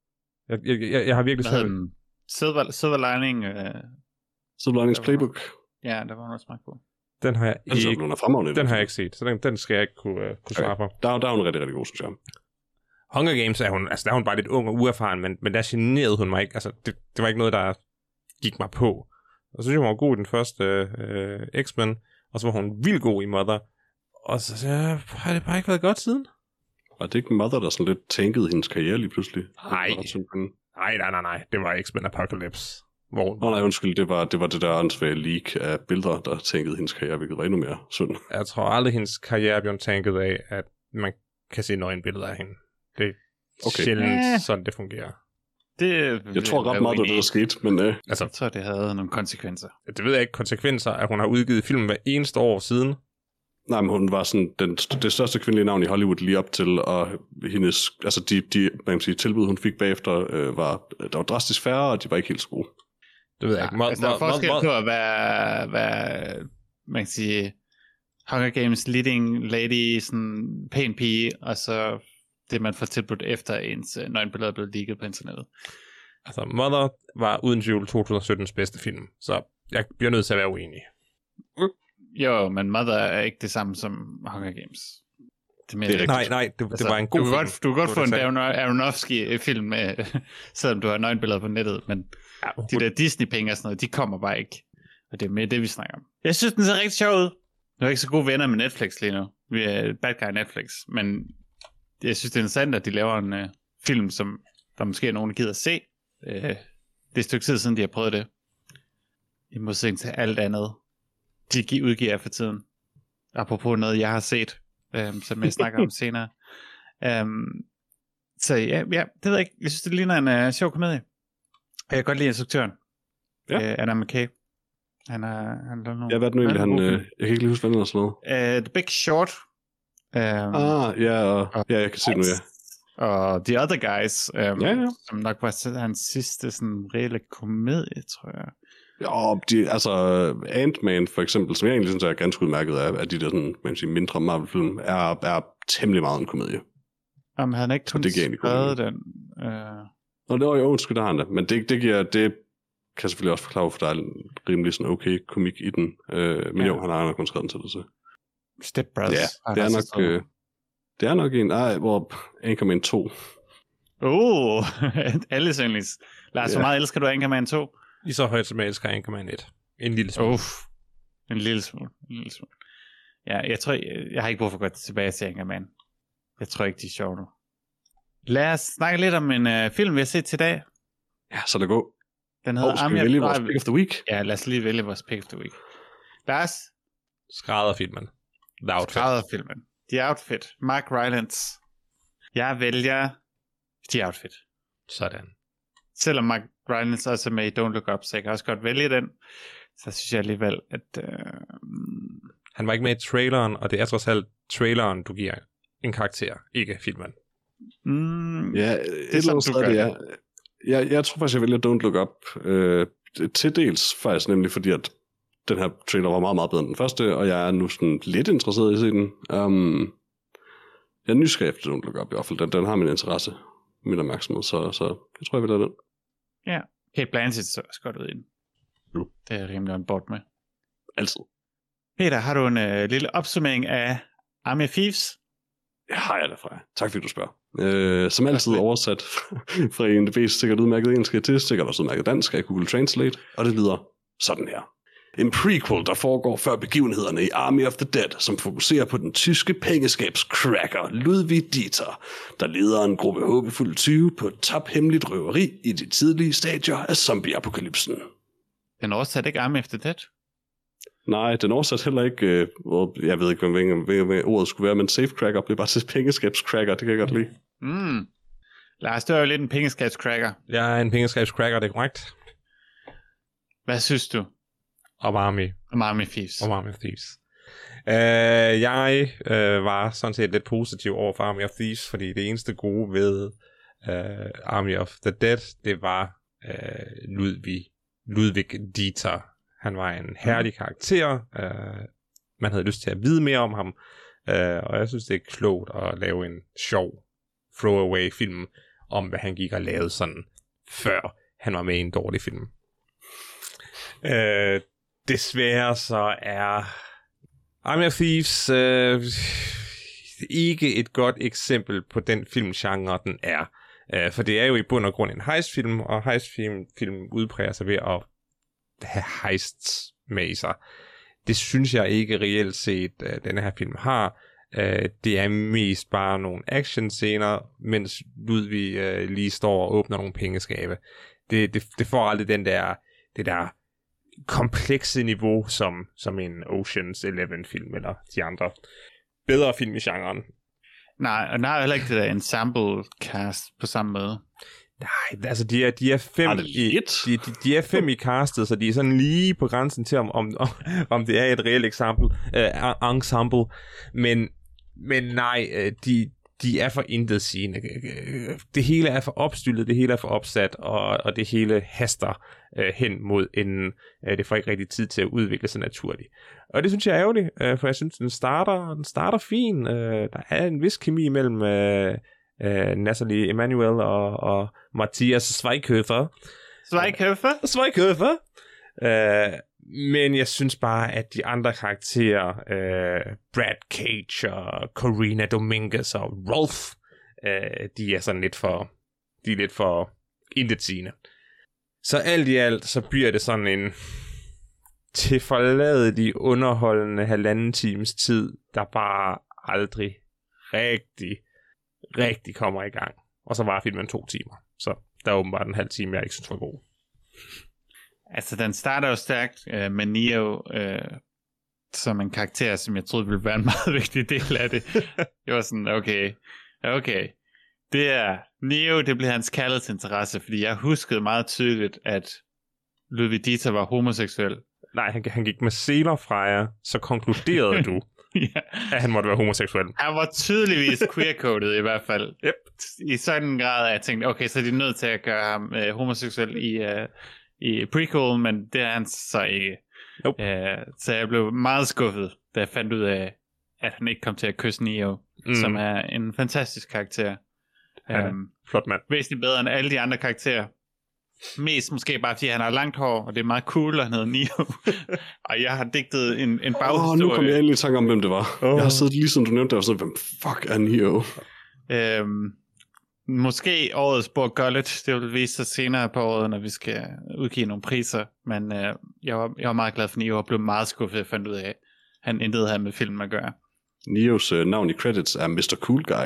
Jeg har virkelig sådan Silver Lining. Silver Linings Playbook. Ja, der var noget smagt på. Den har jeg ikke. Den har jeg ikke set, så den skal jeg ikke kunne svare på. Der er hun rigtig, rigtig god, synes jeg. Hunger Games der er hun bare lidt ung og uerfaren, men der generede hun mig ikke. Altså, det var ikke noget, der gik mig på. Og så synes jeg, hun var god i den første X-Men, og så var hun vildt god i Mother. Og så har det bare ikke været godt siden. Var det ikke Mother, der sådan lidt tankede hendes karriere lige pludselig? Nej. Det var X-Men Apocalypse. Nej, undskyld, det var det der ansvarlige leak af billeder, der tankede hendes karriere, hvilket var endnu mere synd. Jeg tror aldrig, hendes karriere blev tanket af, at man kan se nøgenbilleder af hende. Det er sjældent sådan, det fungerer. Jeg tror ret meget, det der skete, men... Altså, jeg tror, det havde nogle konsekvenser. Det ved jeg ikke, konsekvenser, at hun har udgivet filmen hver eneste år siden. Nej, men hun var sådan det største kvindelige navn i Hollywood lige op til, og hendes, altså de man kan sige, tilbud, hun fik bagefter, der var drastisk færre, og de var ikke helt så gode. Det ved jeg ikke. Der er forskel på at være, man kan sige, Hunger Games leading lady, sådan pæn pige, og så det, man får tilbudt efter ens nøgenbilleder er blevet leaget på internettet. Altså, Mother var uden tvivl 2017's bedste film, så jeg bliver nødt til at være uenig. Jo, men Mother er ikke det samme som Hunger Games. Det var en god film. Du kan godt få en Aronofsky-film, selvom du har nøgenbilleder på nettet, men de der Disney-penge og sådan noget, de kommer bare ikke. Og det er med det, vi snakker om. Jeg synes, den ser rigtig sjov ud. Jeg er ikke så gode venner med Netflix lige nu. Vi er bad guy Netflix, men jeg synes, det er interessant, at de laver en film, som der måske er nogen, der gider at se. Det er et stykke tid siden, de har prøvet det. I modsætning til alt andet, de udgiver for tiden. Apropos noget, jeg har set, som jeg snakker om senere. Så ja, det ved jeg ikke. Jeg synes, det ligner en sjov komedie. Jeg kan godt lide instruktøren. Adam McKay. Han lavet nogle... Ja, hvad er det nu egentlig? Jeg kan ikke lige huske, hvad han sådan noget. The Big Short. Jeg kan se det nu, ja. Og The Other Guys, som nok var hans sidste sådan reelle komedie, tror jeg. Ja, altså Ant-Man for eksempel, som jeg egentlig synes er ganske udmærket af de der sådan, man kan sige, mindre Marvel-film, er temmelig meget en komedie. Jamen, han ikke kun skrevet den. Nå, det var jo undskyld, der har han det. Men det kan selvfølgelig også forklare, for der er en rimelig sådan okay komik i den. Men jo, han har nok kun skrevet den til det, så. Step Brothers. Ja, det er nok en, hvor Anchorman 2. Alles yndlings. Lars, hvor meget elsker du Anchorman 2? I så højt, som jeg elsker Anchorman 1. En lille smule. En lille smule. Ja, jeg tror, jeg har ikke brug for at gå tilbage til Anchorman. Jeg tror ikke, de er sjove nu. Lad os snakke lidt om en film, vi har set til i dag. Ja, så lad gå. Den hedder skal vi vælge vores pick of the week? Ja, lad os lige vælge vores pick of the week. Lars? Skrædderfilmen. Skrædderfilmen. The Outfit. Mark Rylance. Jeg vælger The Outfit. Sådan. Selvom Mark Rylance også er med i Don't Look Up, så jeg kan også godt vælge den. Så synes jeg alligevel, at... Han var ikke med i traileren, og det er trods alt traileren, du giver en karakter, ikke filmen. Ja, det er sådan, du gør det. Jeg tror faktisk, jeg vælger Don't Look Up. Til dels faktisk nemlig, fordi at den her trailer var meget, meget bedre end den første, og jeg er nu sådan lidt interesseret i at se den. Jeg er nysgerrig efter Don't Look Up i hvert fald. Den har min interesse, min opmærksomhed, så jeg tror, jeg vælger den. Ja, Kate Blanchett så også godt ud i den. Det er jeg rimelig on board med. Altid. Peter, har du en lille opsummering af Army of Thieves? Ja, har jeg derfra. Tak fordi du spørger. Som altid oversat fra IMDb's sikkert udmærket engelsk til sikkert også udmærket dansk af Google Translate, og det lyder sådan her. En prequel, der foregår før begivenhederne i Army of the Dead, som fokuserer på den tyske pengeskabscracker Ludwig Dieter, der leder en gruppe håbefulde 20 på et tophemmeligt røveri i de tidlige stadier af zombieapokalypsen. Den oversat ikke Army of the Dead? Nej, den oversat heller ikke, jeg ved ikke, hvad ordet skulle være, men safecracker bliver bare til pengeskabscracker, det kan jeg godt lide. Lars, du er jo lidt en pengeskabscracker. Jeg er en pengeskabscracker, det er korrekt. Hvad synes du? Om Army Thieves. Jeg var sådan set lidt positiv over for Army of Thieves, fordi det eneste gode ved Army of the Dead, det var Ludwig Dieter. Han var en herlig karakter. Man havde lyst til at vide mere om ham. Og jeg synes, det er klogt at lave en sjov throwaway film om, hvad han gik og lavede sådan før han var med i en dårlig film. Desværre så er Army of Thieves ikke et godt eksempel på den filmgenre, den er. For det er jo i bund og grund en heistfilm, og heistfilm udpræger sig ved at have heists med i sig. Det synes jeg ikke reelt set, denne her film har. Det er mest bare nogle actionscener, mens Ludvig lige står og åbner nogle pengeskabe. Det får aldrig det der komplekse niveau, som en Ocean's 11-film eller de andre bedre film i genren. Nej, og der er heller ikke det der ensemble cast på samme måde. Nej, altså de er 5 de er 5 i castet, så de er sådan lige på grænsen til om det er et reelt ensemble, men nej, de er for intetsigende. Det hele er for opstyltet, det hele er for opsat, og det hele haster hen mod enden. Det får ikke rigtig tid til at udvikle sig naturligt. Og det synes jeg er ærgerligt, for jeg synes, den starter fin. Der er en vis kemi mellem Nathalie Emmanuel og Matthias Schweighöfer. Men jeg synes bare, at de andre karakterer, Brad Cage og Corina Dominguez og Rolf, de er sådan lidt for intetsigende. Så alt i alt, så bliver det sådan en tilforladelig underholdende 1,5 times tid, der bare aldrig rigtig kommer i gang. Og så var filmen 2 timer. Så der er åbenbart en halv time, jeg ikke synes var god. Altså, den starter jo stærkt med Neo som en karakter, som jeg troede ville være en meget vigtig del af det. Jeg var sådan, okay. Det er Neo, det bliver hans kærlighedsinteresse, fordi jeg huskede meget tydeligt, at Ludwig Dieter var homoseksuel. Nej, han gik med seler fra jer, så konkluderede du, at han måtte være homoseksuel. Han var tydeligvis queer-coded i hvert fald. Yep. I sådan en grad, at jeg tænkte, okay, så er de nødt til at gøre ham homoseksuel i prequel, men det er han så ikke. Nope. Så jeg blev meget skuffet, da jeg fandt ud af, at han ikke kom til at kysse Neo, som er en fantastisk karakter. Flot mand. Væsentligt bedre end alle de andre karakterer. Mest måske bare fordi han har langt hår, og det er meget cool, at han hedder Neo. Og jeg har digtet en baghistorie. Nu kom jeg endelig i tanke om, hvem det var. Jeg har siddet lige som du nævnte, og så hvem fuck er Neo? Måske årets Borg Gullet. Det vil vise sig senere på året, når vi skal udgive nogle priser. Men jeg var meget glad for Neo, og blev meget skuffet, at fandt ud af, at han intet havde med filmen at gøre. Neos navn i credits er Mr. Cool Guy.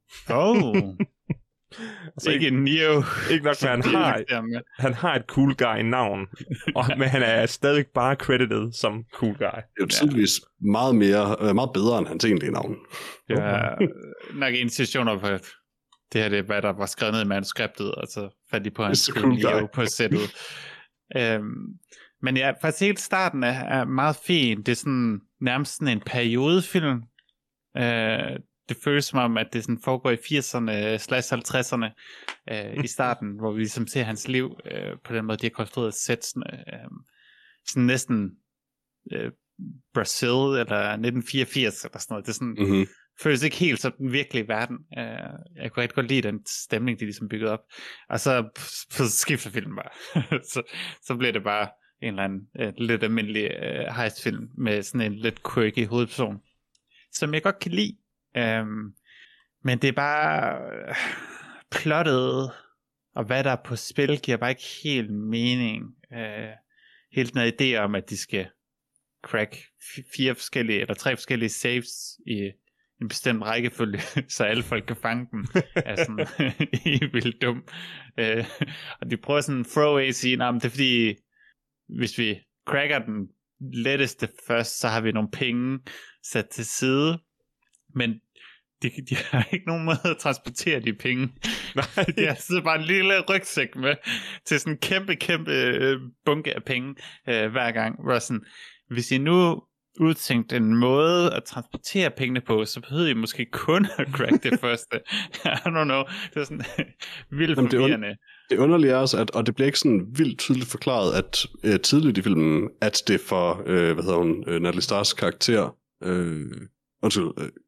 Altså ikke Neo. Ikke nok, han har et cool guy navn, men han er stadig bare credited som cool guy. Det er jo tydeligvis meget bedre end hans egentlige navn. Ja, nok en situation op for det her, det er hvad der var skrevet ned i manuskriptet, og så fandt de på hans cool Neo på sættet. Men ja, faktisk helt starten er meget fin. Det er sådan nærmest sådan en periodefilm. Det føles som om, at det sådan foregår i 80'erne/50'erne i starten, hvor vi ligesom ser hans liv på den måde, de har konstrueret sætsene. Sådan næsten Brazil eller 1984 eller sådan noget. Det er sådan, føles ikke helt som den virkelige verden. Jeg kunne rigtig godt lide den stemning, de ligesom byggede op. Og så skifter filmen bare. så bliver det bare en eller anden lidt almindelig heistfilm med sådan en lidt quirky hovedperson, som jeg godt kan lide. Men det er bare plottet og hvad der er på spil giver bare ikke helt mening. Hele den her idé om at de skal crack 3 forskellige saves i en bestemt rækkefølge, så alle folk kan fange dem, er sådan vildt dum. Og de prøver sådan throwaway at sige, det er fordi hvis vi cracker den letteste først, så har vi nogle penge sat til side, men de har ikke nogen måde at transportere de penge. Nej. De har så bare en lille rygsæk med til sådan en kæmpe bunke af penge hver gang. Hvor sådan, hvis I nu udtænkt en måde at transportere pengene på, så behøver I måske kun at crack det første. I don't know. Det er sådan vildt forvirrende. Det underlige er også, og det bliver ikke sådan vildt tydeligt forklaret, at tidligt i filmen, at det for, Natalie Stars karakter,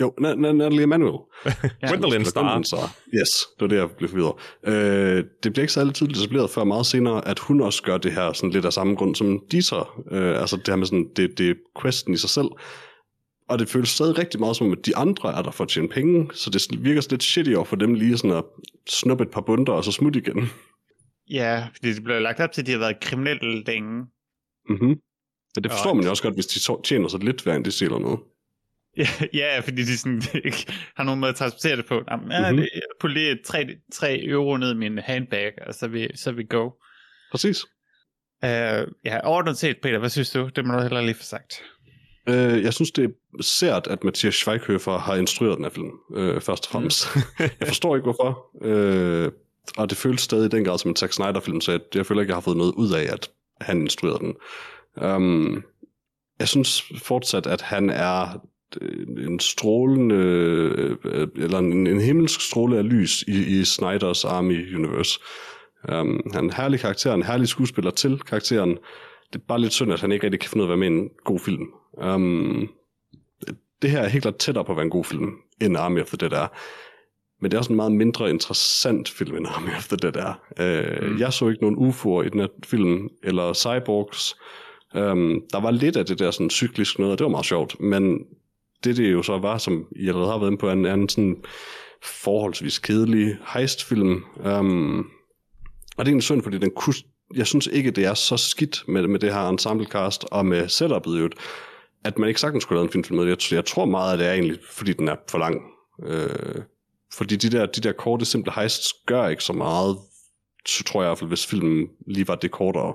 Jo, Nathalie Emmanuel. Gwendolyn Starr. Yes, det var det, jeg blev forvirret. Det bliver ikke særlig tydeligt etableret før meget senere, at hun også gør det her sådan lidt af samme grund som Dieter. Altså det her med sådan, det er questen i sig selv. Og det føles stadig rigtig meget som, at de andre er der for at tjene penge, så det virker lidt shitty over for dem lige sådan at snuppe et par bunter og så smutte igen. Ja, fordi det blev lagt op til, at de har været kriminelle længe. Men det forstår man jo også godt, hvis de tjener så lidt hver en de eller noget. Ja, fordi de sådan, ikke har nogen måde at transportere det på. Det på lige 3 euro ned i min handbag, og så vi go. Præcis. Overordnet set, Peter, hvad synes du? Det må du heller lige få sagt. Jeg synes, det er sært, at Matthias Schweighöfer har instrueret den her film, først og fremmest. Jeg forstår ikke, hvorfor. Og det føles stadig i den grad som en Zack Snyder-film, så jeg føler ikke, jeg har fået noget ud af, at han instruerede den. Jeg synes fortsat, at han er en strålende, eller en himmelsk stråle af lys i Snyders Army Universe. Han er en herlig karakter, en herlig skuespiller til karakteren. Det er bare lidt synd, at han ikke rigtig kan finde ud af at være med en god film. Det her er helt klart tættere på at være en god film, end Army of the Dead er. Men det er også en meget mindre interessant film, end Army of the Dead er. Jeg så ikke nogen UFO'er i den her film, eller cyborgs. Der var lidt af det der sådan cyklisk noget, og det var meget sjovt. Men det jo så var, som I allerede har været inde på, er en sådan forholdsvis kedelig heistfilm. Og det er egentlig synd, fordi jeg synes ikke, det er så skidt med det her ensemblecast og med setup'et, at man ikke sagtens skulle lave en film med det. Jeg tror meget, at det er egentlig, fordi den er for lang. Fordi de der korte, simple heists gør ikke så meget, så tror jeg i hvert fald, hvis filmen lige var det kortere.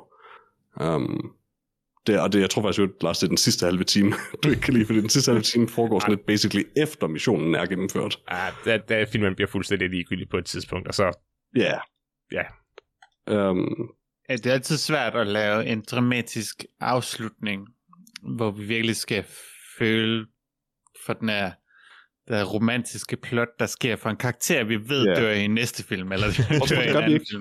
Jeg tror faktisk, at Lars, det er den sidste halve time, du ikke kan lide, fordi den sidste halve time foregår sådan lidt basically efter missionen er gennemført. Da filmen bliver fuldstændig ligegyldig på et tidspunkt, og så... Ja. Det er altid svært at lave en dramatisk afslutning, hvor vi virkelig skal føle for den her romantiske plot, der sker for en karakter, vi ved dør i næste film, eller dør i en anden film.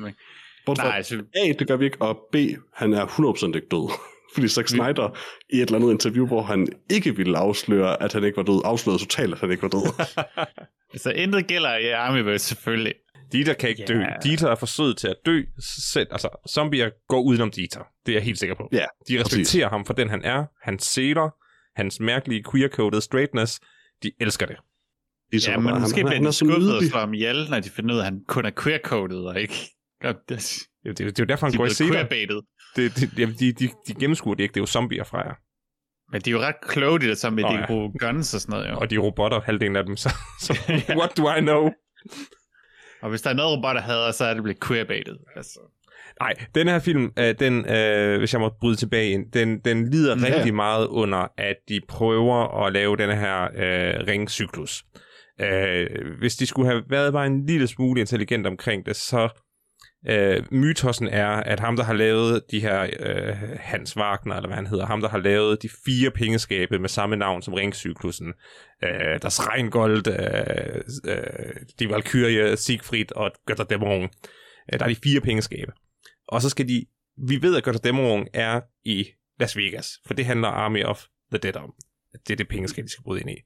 A, det gør vi ikke, og B, han er 100% ikke død. Fordi Zack Snyder i et eller andet interview, hvor han ikke ville afsløre, at han ikke var død, afslørede totalt, at han ikke var død. Så intet gælder i Armyverse selvfølgelig. Dieter kan ikke dø. Dieter er for sød til at dø. Altså, zombier går udenom Dieter. Det er jeg helt sikker på. Yeah, de respekterer ham for den, han er. Hans seler, hans mærkelige queer-coded straightness. De elsker det. Ja, men måske bliver de skuffet og slår ham ihjel, når de finder ud af, at han kun er queer-coded og ikke... Det er jo derfor, han går i seler. De gennemskuer det ikke. Det er jo zombier fra jer. Men de er jo ret kloge, de der zombier. De bruger guns og sådan noget, jo. Og de er robotter, halvdelen af dem. Så what do I know? Og hvis der er noget robotter hader, så er det blevet queerbaited. Altså. Nej, den her film, hvis jeg må bryde tilbage ind, den lider rigtig meget under, at de prøver at lave den her ringcyklus. Hvis de skulle have været bare en lille smule intelligent omkring det, så mytosen er, at ham, der har lavet de her Hans Wagner, eller hvad han hedder, ham, der har lavet de 4 pengeskabe med samme navn som ringcyklusen, Das Rheingold, Die Valkyrie, Siegfried og Götterdämmerung. Der er de 4 pengeskabe. Og så skal vi ved, at Götterdämmerung er i Las Vegas, for det handler Army of the Dead om. Det er det pengeskab, de skal bryde ind i.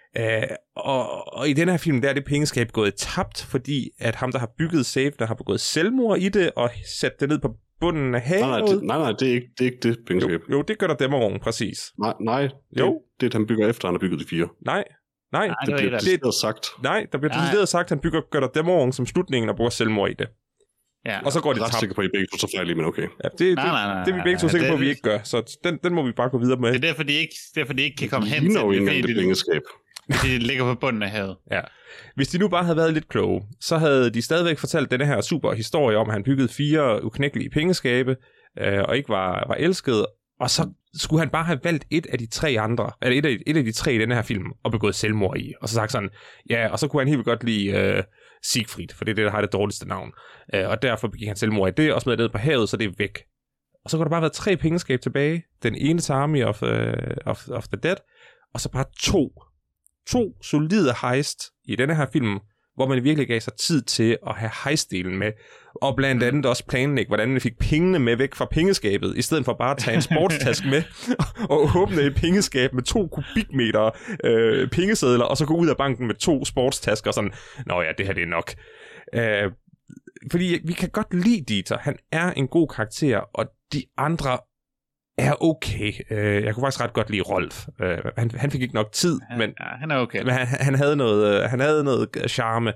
Og i den her film, der er det pengeskab gået tabt, fordi at ham, der har bygget safe, der har begået selvmord i det, og sat det ned på bunden af havet. Nej, det er ikke det pengeskab. Jo, det gør der Dæmmerungen, præcis. Nej, det han bygger efter, han har bygget de 4. Nej, det bliver decideret sagt. Nej, der bliver decideret sagt, at han gør der Dæmmerungen som slutningen og bruger selvmord i det. Ja. Og så går det tabt. Jeg er ret sikker på, at I begge to så fejl, men okay. Ja, det er vi begge to sikre på, at vi ikke gør, så den må vi bare gå videre med. Det er derfor, de ikke kan komme hen til det pengeskab. Fordi det ligger på bunden af havet. Ja. Hvis de nu bare havde været lidt kloge, så havde de stadigvæk fortalt denne her super historie om, at han byggede 4 uknækkelige pengeskabe, og ikke var elsket, og så skulle han bare have valgt et af de 3 andre, eller et af de 3 i denne her film, og begået selvmord i, og så sagt sådan, ja, og så kunne han helt godt lide Siegfried, for det er det, der har det dårligste navn, og derfor begik han selvmord i det, og smed det ned på havet, så det er væk. Og så kunne der bare være 3 pengeskab tilbage, den ene til Army of the Dead, og så bare 2 solide heist i denne her film, hvor man virkelig gav sig tid til at have hejsdelen med, og blandt andet også planlægge, hvordan man fik pengene med væk fra pengeskabet, i stedet for bare at tage en sportstask med, og åbne et pengeskab med 2 kubikmeter pengesedler, og så gå ud af banken med 2 sportstasker, og sådan, nå ja, det her det er nok. Fordi vi kan godt lide Dieter, han er en god karakter, og de andre er okay. Jeg kunne faktisk ret godt lide Rolf. Han fik ikke nok tid, men han er okay. Men han havde noget charme.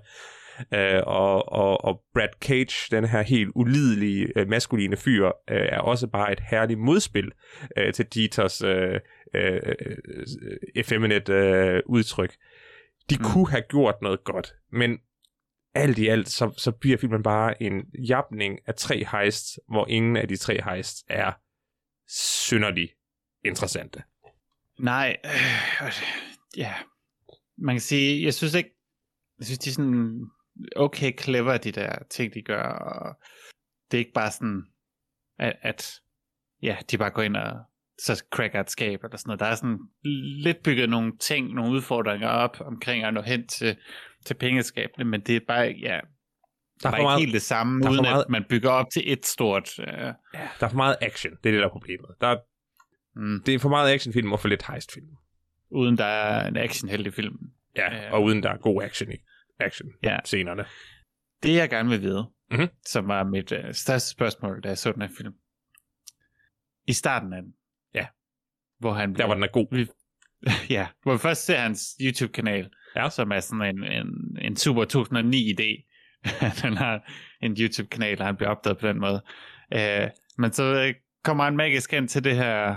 Og Brad Cage, den her helt ulidelige maskuline fyr, er også bare et herligt modspil til Dieters effeminate udtryk. De kunne have gjort noget godt, men alt i alt, så bliver filmen bare en japning af 3 heists, hvor ingen af de 3 heists er synderlig interessante. Nej, ja. Man kan sige, jeg synes de er sådan okay clever, de der ting, de gør, og det er ikke bare sådan, at ja, de bare går ind og så cracker et skab, eller sådan noget. Der er sådan lidt bygget nogle ting, nogle udfordringer op omkring at nå hen til pengeskabene, men det er bare, ja, der er ikke helt det samme, uden at man bygger op til et stort... Ja, der er for meget action, det er det, der er problemet. Det er for meget actionfilm og for lidt heistfilm. Uden der er en actionheldig film. Ja, og uden der er god action-scenerne. Det jeg gerne vil vide, som var mit største spørgsmål, da jeg så den her film. I starten af den. Ja. Hvor han der var den er god. Ja, hvor vi først ser hans YouTube-kanal, som er sådan en super 2009-idé. Han har en YouTube-kanal, og han bliver opdaget på den måde. Men så kommer han magisk hen til det her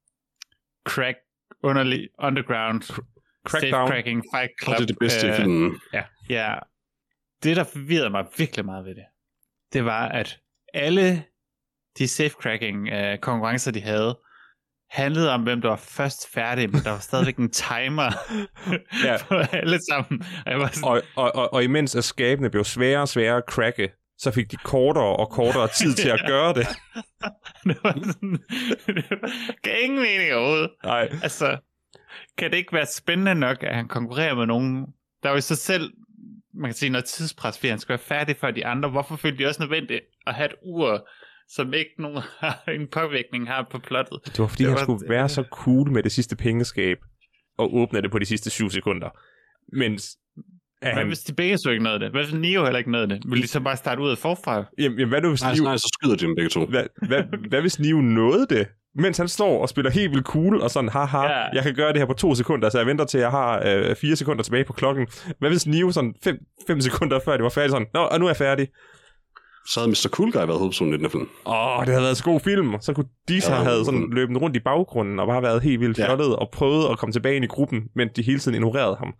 underground safe-cracking fight club. Og det er det bedste i filmen. Ja. Det, der forvirrede mig virkelig meget ved det var, at alle de safe-cracking konkurrencer, de havde, handlede om, hvem der var først færdig, men der var stadigvæk en timer på alle sammen. Og imens at skabene blev sværere og sværere at cracke, så fik de kortere og kortere tid til at gøre det. Det var sådan, gav ingen mening overhovedet. Nej. Altså, kan det ikke være spændende nok, at han konkurrerer med nogen, der jo i sig selv, man kan sige, noget tidspres, fordi han skal være færdig for de andre. Hvorfor følte de også nødvendigt at have et ur, som ikke nogen har en påvirkning har på plottet? Det var fordi, han skulle være så cool med det sidste pengeskab, og åbne det på de sidste 7 sekunder. Mens hvad hvis de begge så ikke nåede det? Hvad hvis Neo heller ikke nåede det? Vil de så bare starte ud af forfra? Jamen hvad nu hvis Neo... Nej, så skyder de dem begge to. Hvad hvis Neo nåede det? Mens han står og spiller helt vildt cool, og sådan, jeg kan gøre det her på 2 sekunder, så jeg venter til, jeg har 4 sekunder tilbage på klokken. Hvad hvis Neo sådan 5 sekunder før det var færdig, sådan, og nu er jeg færdig. Så havde Mr. Cool Guy været hovedpersonen i den her film. Det havde været så god film. Så kunne Dieter have sådan løbet rundt i baggrunden, og bare været helt vildt fjollet, og prøvet at komme tilbage ind i gruppen, men de hele tiden ignorerede ham.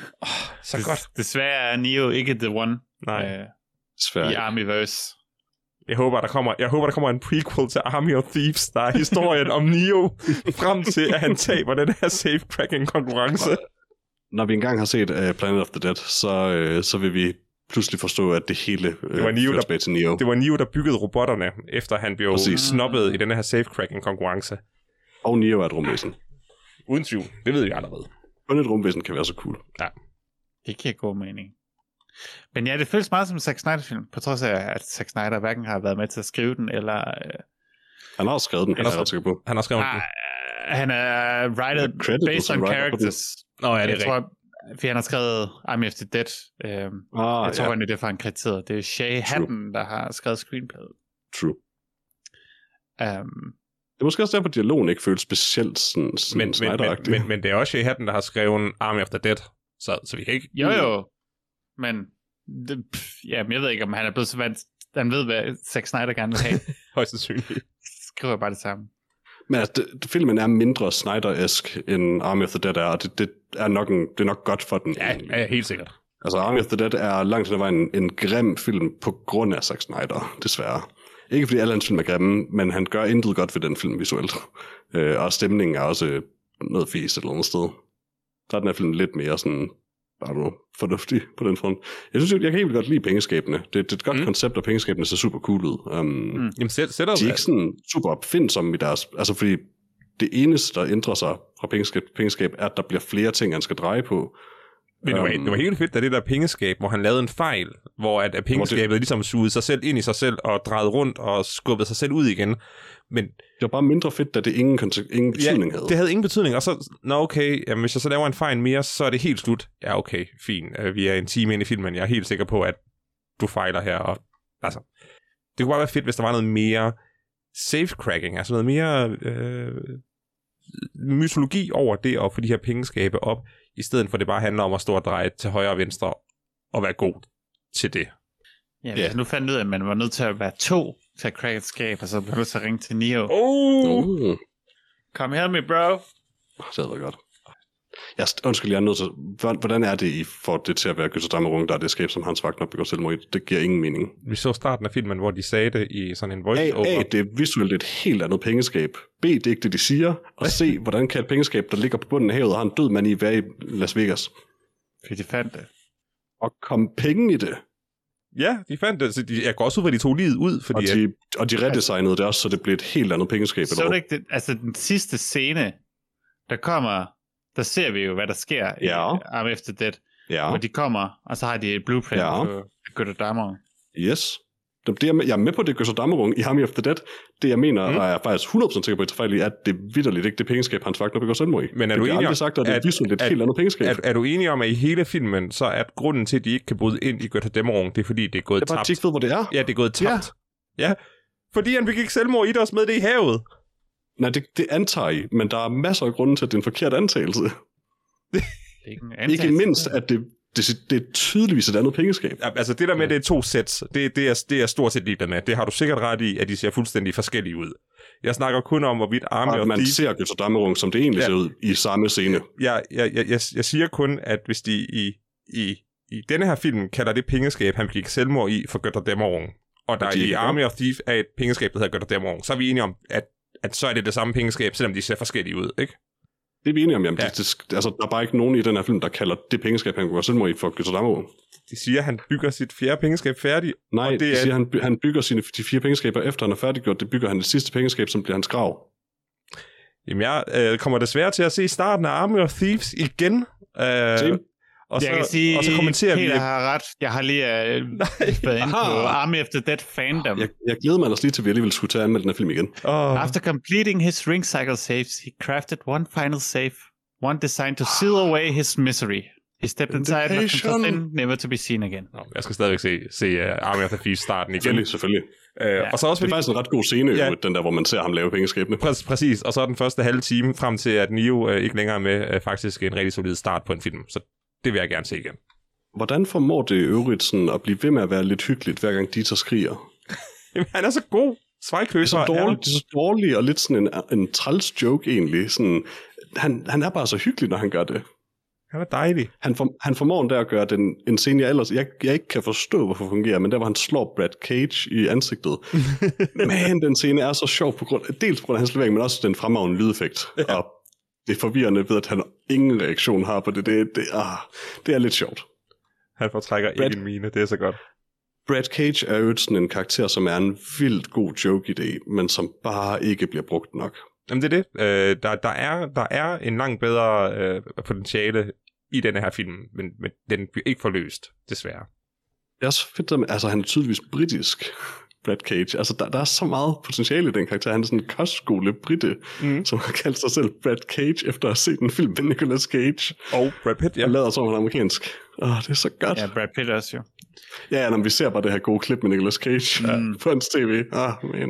Så godt. Desværre er Neo ikke the one. Nej. I Armyverse. Jeg håber, der kommer en prequel til Army of Thieves, der er historien om Neo, frem til, at han taber den her safe-cracking-konkurrence. Når vi engang har set Planet of the Dead, så vil vi pludselig forstå, at det hele fører tilbage til Neo. Det var Neo, der byggede robotterne, efter han blev snobbet i den her safe-cracking-konkurrence. Og Neo er et rumvæsen. Uden tvivl, det ved vi allerede. Kun et rumvæsen kan være så cool. Ja. Det giver god mening. Men ja, det føles meget som en Zack Snyder-film, på trods af, at Zack Snyder hverken har været med til at skrive den, eller... Han har skrevet den, Han har skrevet den. Han er writer based on characters. Det er rigtigt. For han har skrevet Army of the Dead. Jeg tror egentlig, det er for han krediteret. Det er Shay Hatten, der har skrevet screenplayet. True. Det er måske også derfor, at dialogen ikke føles specielt sådan Snyder-agtig. Men det er også Shay Hatten, der har skrevet Army of the Dead. Så vi kan ikke... Jo. Men jeg ved ikke, om han er blevet så vant. Han ved, hvad Zack Snyder gerne vil have. Højst sandsynligt. Skriver bare det samme. Men altså, filmen er mindre Snyder-esk end Army of the Dead er, og det er nok godt for den. Ja, helt sikkert. Altså, Army of the Dead er langt til at være en grim film på grund af Zack Snyder, desværre. Ikke fordi alle hans film er grimme, men han gør intet godt ved den film visuelt. Og stemningen er også noget fis et eller andet sted. Så er den her film lidt mere sådan... fornuftig på den front. Jeg synes, jeg kan helt godt lide pengeskabene. Det er et godt koncept, og pengeskabene ser super cool ud. Jamen, de er ikke sådan super opfindsomme i deres... Altså, fordi det eneste, der ændrer sig fra pengeskab, er, at der bliver flere ting, han skal dreje på. Men det var helt fedt, da det der pengeskab, hvor han lavede en fejl, hvor at pengeskabet ligesom sugede sig selv ind i sig selv og drejede rundt og skubbede sig selv ud igen. Men det var bare mindre fedt, da det ingen betydning havde. Det havde ingen betydning, og så, okay, jamen, hvis jeg så laver en fejl mere, så er det helt slut. Ja, okay, fint. Vi er en time ind i filmen, jeg er helt sikker på, at du fejler her. Og, altså, det kunne bare være fedt, hvis der var noget mere safe-cracking, altså noget mere mytologi over det, og få de her pengeskabe op, i stedet for det bare handler om at stå og dreje til højre og venstre, og være god til det. Ja, altså, nu fandt jeg ud af, at man var nødt til at være 2 til at crack et skab, og så blev du til at ringe til Neo. Come help me, bro. Det havde været godt. Undskyld, jeg er nødt til... Hvordan er det, I får det til at være Götterdämmerung, der er det skab, som Hans Wagner begår selvmord i? Det giver ingen mening. Vi så starten af filmen, hvor de sagde det i sådan en voice-over. A, det er visuelt et helt andet pengeskab. B, det er ikke det, de siger. Og C, hvordan kan et pengeskab, der ligger på bunden af havet, og har en død mand i, være i Las Vegas? Fordi de fandt det. Og kom penge i det. Ja, de fandt det. Så jeg går også ud, hvor de tog livet ud. Fordi og de redesignede det også, så det blev et helt andet pengeskab. Så det ikke det, altså den sidste scene, der ser vi jo, hvad der sker i Army of the Dead. Ja. Hvor de kommer, og så har de et blueprint på Götterdämmerung. Yes. Jeg er med på det Götterdämmerung i Army of the Dead. Det jeg mener, og jeg er faktisk 100% sikker på, at det er, at det vitterligt ikke det pengeskab, Hans Wagner begår selvmord i. Men er du enig om, sagt, at det er visuelt et helt andet pengeskab? Er du enig om, at i hele filmen, så er grunden til, at de ikke kan bryde ind i Götterdämmerung, det er fordi, det er gået tabt? Det er bare, at de ikke ved, hvor det er. Ja, det er gået tabt. Ja. Fordi han begik selvmord i det og smed det i havet. Nej, det antager I, men der er masser af grunde til, at det er en forkert antagelse. Ikke mindst, at det er tydeligvis et andet pengeskab. Ja, altså det der med, det er 2 sæt, det er stort set ligeglad med. Det har du sikkert ret i, at de ser fuldstændig forskellige ud. Jeg snakker kun om, hvorvidt Army of man ser Götterdämmerung, som det egentlig ser ud i samme scene. Jeg siger kun, at hvis de i denne her film kalder det pengeskab, han begik selvmord i for Götterdämmerung, og der i Army of Thief er et pengeskab, der hedder Götterdämmerung, så er vi enige om, at så er det samme pengeskab, selvom de ser forskellige ud, ikke? Det er vi enige om, jamen. Ja. Altså, der er bare ikke nogen i den her film, der kalder det pengeskab, han går selvmord i for Götterdämmerung. De siger, at han bygger sit 4. pengeskab færdigt. Nej, de siger, at han bygger de 4 pengeskaber, efter han er færdiggjort. Det bygger han det sidste pengeskab, som bliver hans grav. Jamen, jeg kommer desværre til at se starten af Army of Thieves igen. Og så kommenterer Peter har ret. Jeg har lige været inde på Army of the Dead fandom. Jeg glæder mig ellers lige til, at vi alligevel skulle tage og anmelde den her film igen. After completing his ring cycle saves, he crafted one final save, one designed to seal away his misery. He stepped inside and never to be seen again. Jeg skal stadigvæk se Army of the Thieves starten igen. Selvfølgelig. Og så også det er faktisk en ret god scene, den der, hvor man ser ham lave pengeskabene. Præcis, og så er den første halve time frem til, at Neo ikke længere er med, faktisk en rigtig solid start på en film. Så det vil jeg gerne se igen. Hvordan formår det i øvrigt sådan at blive ved med at være lidt hyggeligt, hver gang Dieter skriger? Jamen, han er så god. Svejkløser. Det er så dårlig og lidt sådan en træls joke egentlig. Sådan, han er bare så hyggelig, når han gør det. Han er dejlig. Han formår der at gøre en scene, jeg ikke kan forstå, hvorfor det fungerer, men der var han slår Brad Cage i ansigtet. Men den scene er så sjov, dels på grund af hans levering, men også den fremragende lydeffekt. Ja. Og det er forvirrende ved, at han ingen reaktion har på det. Det er lidt sjovt. Han fortrækker ikke en mine, det er så godt. Brad Cage er jo sådan en karakter, som er en vildt god joke-idé, men som bare ikke bliver brugt nok. Jamen det er det. Der er en langt bedre potentiale i denne her film, men den bliver ikke forløst, desværre. Det er så fedt, altså han er tydeligvis britisk, Brad Cage. Altså der er så meget potentiale i den karakter. Han er sådan en kostskole-britte, som har kaldt sig selv Brad Cage, efter at have set en film med Nicolas Cage. Og Brad Pitt, ja. Han lader som han amerikansk. Det er så godt. Ja, Brad Pitt også jo. Ja, når vi ser bare det her gode klip med Nicolas Cage på hans tv. Man.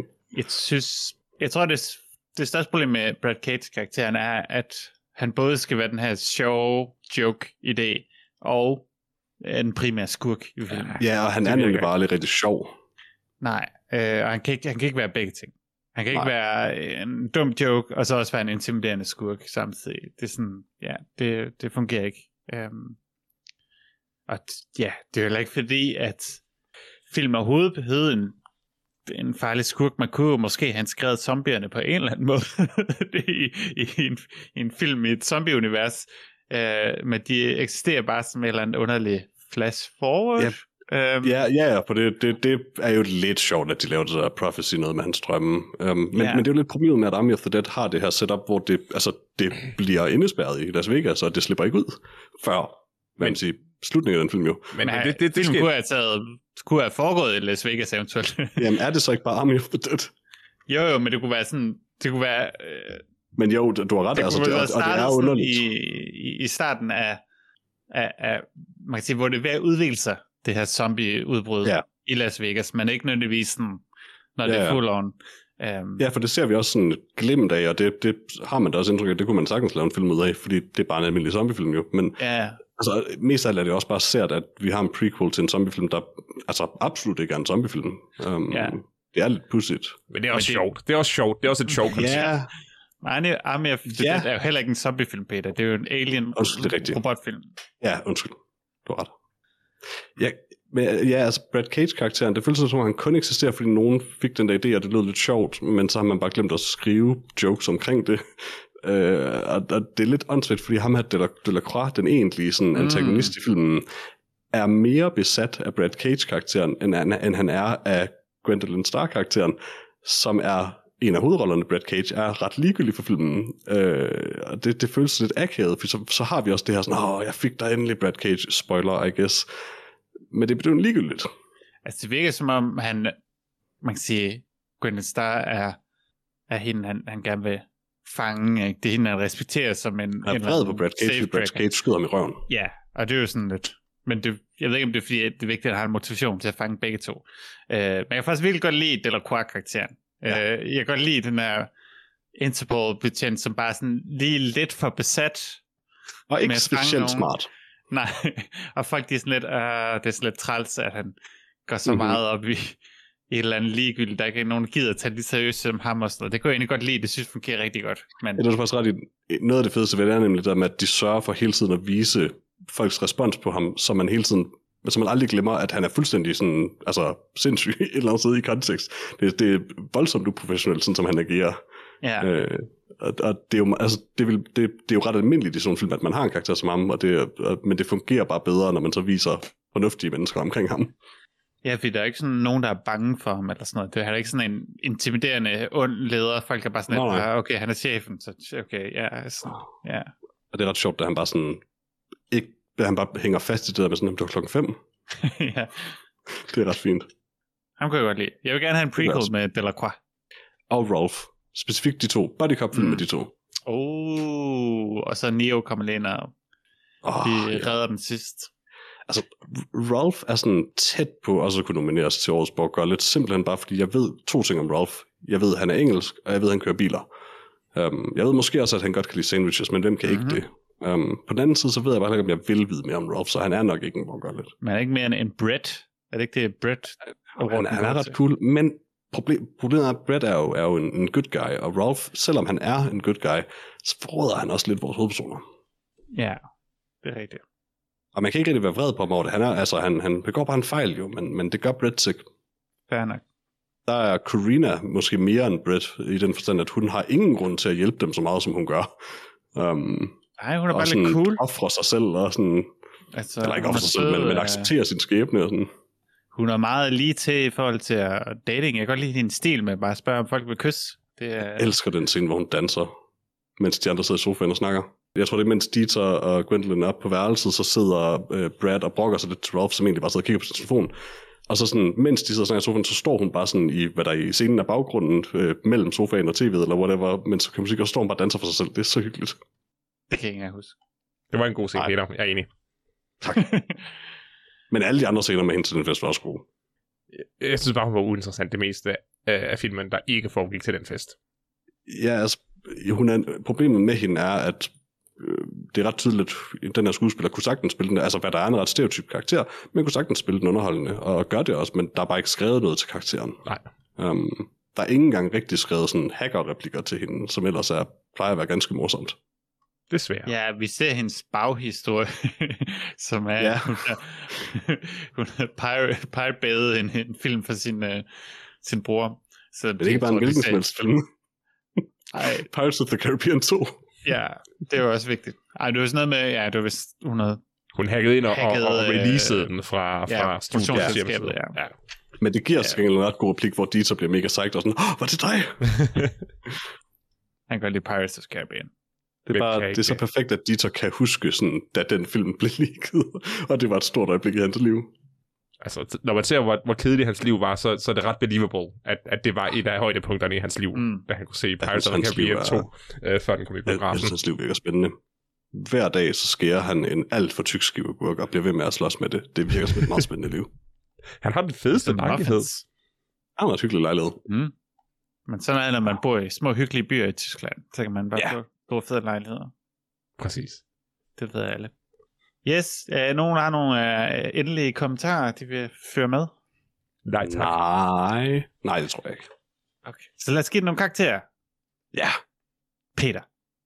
Jeg tror, det største problem med Brad Cage-karakteren er, at han både skal være den her sjove joke-idé, og en primær skurk i filmen. Ja, og han er nemlig bare lidt rigtig sjov. Nej, og han kan ikke være begge ting. Han kan ikke være en dum joke, og så også være en intimiderende skurk samtidig. Det er sådan, det fungerer ikke. Og det er jo heller ikke fordi, at film overhovedet hed en farlig skurk. Man kunne måske have skrevet zombierne på en eller anden måde i en film i et zombie-univers, men de eksisterer bare som en eller anden underlig flash forward. For det er jo lidt sjovt, at de laver det der prophecy noget med hans drømme. Men det er jo lidt problemet med, at Army of the Dead har det her setup, hvor det bliver indespærret i Las Vegas, og det slipper ikke ud, før hvad man siger, slutningen af den film jo. Men det kunne have foregået i Las Vegas eventuelt. Jamen er det så ikke bare Army of the Dead? Jo, men det kunne være sådan, det kunne være... Men jo, du har ret, det altså, og det er underligt. I starten af, man kan sige, hvor det er ved at udvikle sig, det her zombie-udbrud i Las Vegas, men ikke nødvendigvis sådan, når det er full on. Ja, for det ser vi også sådan et glimt af, og det har man da også indtryk af, det kunne man sagtens lave en film ud af, fordi det er bare en almindelig zombiefilm jo, men altså, mest af alt er det også bare sært, at vi har en prequel til en zombiefilm, der altså absolut ikke er en zombiefilm. Det er lidt pudsigt. Men det er også sjovt. Det er også sjovt. Det er også et sjovt koncept. Ja. Army of the Dead er jo heller ikke en zombiefilm, Peter. Det er jo en alien-robotfilm. Ja, undskyld. Du har ret. Ja, altså Brad Cage-karakteren, det føles som om han kun eksisterer, fordi nogen fik den der idé, og det lød lidt sjovt, men så har man bare glemt at skrive jokes omkring det. Og det er lidt åndssvagt, fordi ham her, Delacroix, den egentlige sådan, antagonist i filmen, er mere besat af Brad Cage-karakteren, end han er af Gwendolyn Starr-karakteren, som er en af hovedrollerne. Brad Cage er ret ligegyldig for filmen. Og det føles lidt akavet, for så har vi også det her sådan, jeg fik dig endelig, Brad Cage, spoiler, I guess. Men det bliver ligegyldigt. Altså det virker som om man kan sige, Gwendolyn Starr er hende, han gerne vil fange, ikke? Det er hende, han respekterer som en... Han er vred på Brad Cage, fordi Brad Cage skyder ham i røven. Ja, og det er jo sådan lidt... Men jeg ved ikke, om det er fordi, det er vigtigt, at han har en motivation til at fange begge to. Men jeg kan faktisk virkelig godt lide Delacroix-karakteren. Jeg kan godt lide den her Interpol-betjent, som bare sådan lige lidt for besat. Og ikke specielt smart. Nej, og folk de er sådan lidt, det er sådan lidt træls, at han går så meget op i et eller andet ligegyldigt, der ikke er nogen, der gider at tage det seriøst som ham og sådan noget. Det kunne jeg egentlig godt lide, det synes fungerer rigtig godt. Men... Det er faktisk ret i noget af det fedeste ved det er nemlig der med, at de sørger for hele tiden at vise folks respons på ham, så man hele tiden, så man aldrig glemmer, at han er fuldstændig sådan, altså sindssyg et eller andet sted i kontekst. Det er voldsomt uprofessionelt, sådan som han agerer. Ja. Og det er jo, altså, det er jo ret almindeligt i sådan en film, at man har en karakter som ham, men det fungerer bare bedre, når man så viser fornuftige mennesker omkring ham. Ja, fordi der er ikke sådan nogen, der er bange for ham, eller sådan noget. Det er ikke sådan en intimiderende, ond leder. Folk er bare sådan lidt, okay, han er chefen, så okay, ja. Sådan, ja. Og det er ret sjovt, at han bare sådan, ikke, at han bare hænger fast i det der med sådan, at det var 5:00. Ja. Det er ret fint. Ham kan jeg godt lide. Jeg vil gerne have en prequel med Delacroix. Og Rolf. Specifikt de to. Buddy Cop-film med de to. Og så Neo kommer ind og redder den sidst. Altså, Rolf er sådan tæt på også at kunne nomineres til årets Bogger, lidt simpelthen bare fordi jeg ved 2 ting om Rolf. Jeg ved, han er engelsk, og jeg ved, han kører biler. Jeg ved måske også, at han godt kan lide sandwiches, men hvem kan ikke det? På den anden side, så ved jeg bare ikke, om jeg vil vide mere om Rolf, så han er nok ikke en Bogger lidt. Men er ikke mere end Brett? Er det ikke det, Brett? Han er ret cool, men problemet er, at Brett er jo en good guy, og Rolf, selvom han er en good guy, så forråder han også lidt vores hovedpersoner. Ja, det er rigtigt. Og man kan ikke rigtig være vred på ham over det. Han begår bare en fejl jo, men det gør Brett ikke. Fair nok. Der er Corina måske mere end Brett, i den forstand, at hun har ingen grund til at hjælpe dem så meget, som hun gør. Nej, hun er bare lidt cool. Offrer sig selv, og sådan, altså, eller ikke offrer sig selv, men accepterer sin skæbne og sådan. Hun er meget lige til i forhold til dating. Jeg kan godt lide hendes stil med bare at spørge, om folk vil kysse. Jeg elsker den scene, hvor hun danser, mens de andre sidder i sofaen og snakker. Jeg tror, det er mens Dieter og Gwendolyn er på værelset, så sidder Brad og brokker sig lidt til Rolf, som egentlig bare sidder og kigger på sin telefon. Og så sådan, mens de sidder og snakker i sofaen, så står hun bare sådan i, hvad der i scenen af baggrunden, mellem sofaen og tv'et, eller whatever, mens så kan musik, og så står hun bare og danser for sig selv. Det er så hyggeligt. Det kan jeg ikke huske. Det var en god scene, Peter. Jeg er enig. Tak. Men alle de andre scener med hende til den fest var også gode. Jeg synes bare, hun var uinteressant det meste af filmen, der ikke foregik til den fest. Ja, altså, problemet med hende er, at det er ret tydeligt, at den her skuespiller kunne sagtens spille den, altså hvad der er en ret stereotyp karakter, men kunne sagtens spille den underholdende, og gør det også, men der er bare ikke skrevet noget til karakteren. Nej. Der er ikke engang rigtig skrevet sådan hacker-replikker til hende, som ellers plejer at være ganske morsomt. Desværre. Ja, vi ser hendes baghistorie, som er, hun er Pirate Bay, en film for sin bror. Så det er ikke bare en hvilken som helst film. Pirates of the Caribbean 2. Ja, det var også vigtigt. Det var sådan noget med, det var vist 100. Hun hackede ind og releasede den fra produktionsselskabet, ja. Men det giver os en ret god replik, hvor Dieter bliver mega psyched og sådan, hvor er det dig? Han kan godt lide Pirates of the Caribbean. Det er så perfekt, at Dieter kan huske, sådan, da den film blev leaget, og det var et stort øjeblik i hans liv. Altså, når man ser, hvor kedelig hans liv var, så er det ret believable, at det var et af højdepunkterne i hans liv, da han kunne se Pirates of the Caribbean 2, før den kom i biografen. Hans liv virker spændende. Hver dag, så skærer han en alt for tyk skive agurk og bliver ved med at slås med det. Det virker som et meget spændende liv. Han har den fedeste lejlighed. Han har en hyggelig lejlighed. Men sådan er det, når man bor i små hyggelige byer i Tyskland. Så kan man bare få fede lejligheder. Præcis. Det ved alle. Yes, nogen har nogle endelige kommentarer, de vil føre med? Nej, tak. Nej, det tror jeg ikke. Okay, så lad os give nogle karakterer. Ja. Peter.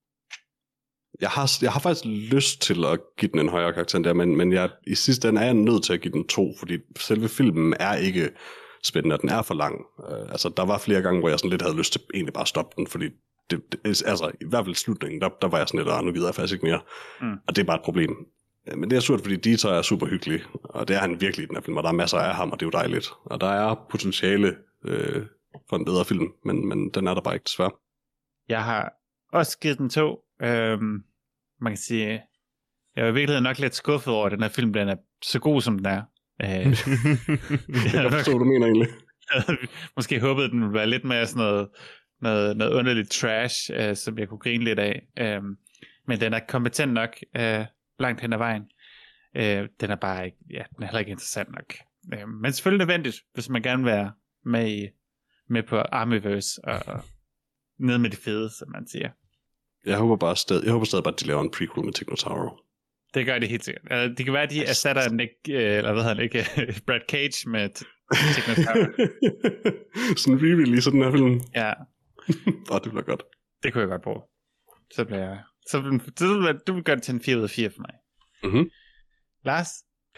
Jeg har faktisk lyst til at give den en højere karakter end der, men i sidste ende er jeg nødt til at give den 2, fordi selve filmen er ikke spændende, og den er for lang. Altså, der var flere gange, hvor jeg sådan lidt havde lyst til egentlig bare at stoppe den, fordi altså, i hvert fald i slutningen, der var jeg sådan lidt, nu gider jeg faktisk ikke mere. Og det er bare et problem. Men det er surt, fordi Dieter er super hyggelig, og det er han virkelig i den her film, og der er masser af ham, og det er jo dejligt. Og der er potentiale for en bedre film, men den er der bare ikke desværre. Jeg har også givet den 2. Man kan sige, jeg er i virkeligheden nok lidt skuffet over, at den her film den er så god, som den er. Jeg forstår, hvad du mener egentlig. Måske håbede, den ville være lidt mere sådan noget underligt trash, som jeg kunne grine lidt af. Men den er kompetent nok langt hen ad vejen. Den er bare ikke, den er heller ikke interessant nok. Men selvfølgelig nødvendigt, hvis man gerne vil være med på Armyverse og ned med de fede, som man siger. Jeg håber stadig bare, at de laver en prequel med Tig Notaro. Det gør det helt sikkert. Det kan være, at de erstatter Nick, eller hvad hedder han ikke, Brad Cage med Tig Notaro. Sådan en re-release af den her film. Ja. Det bliver godt. Det kunne jeg godt bruge. Du vil gøre det til en 4 ud af 4 for mig. Lars?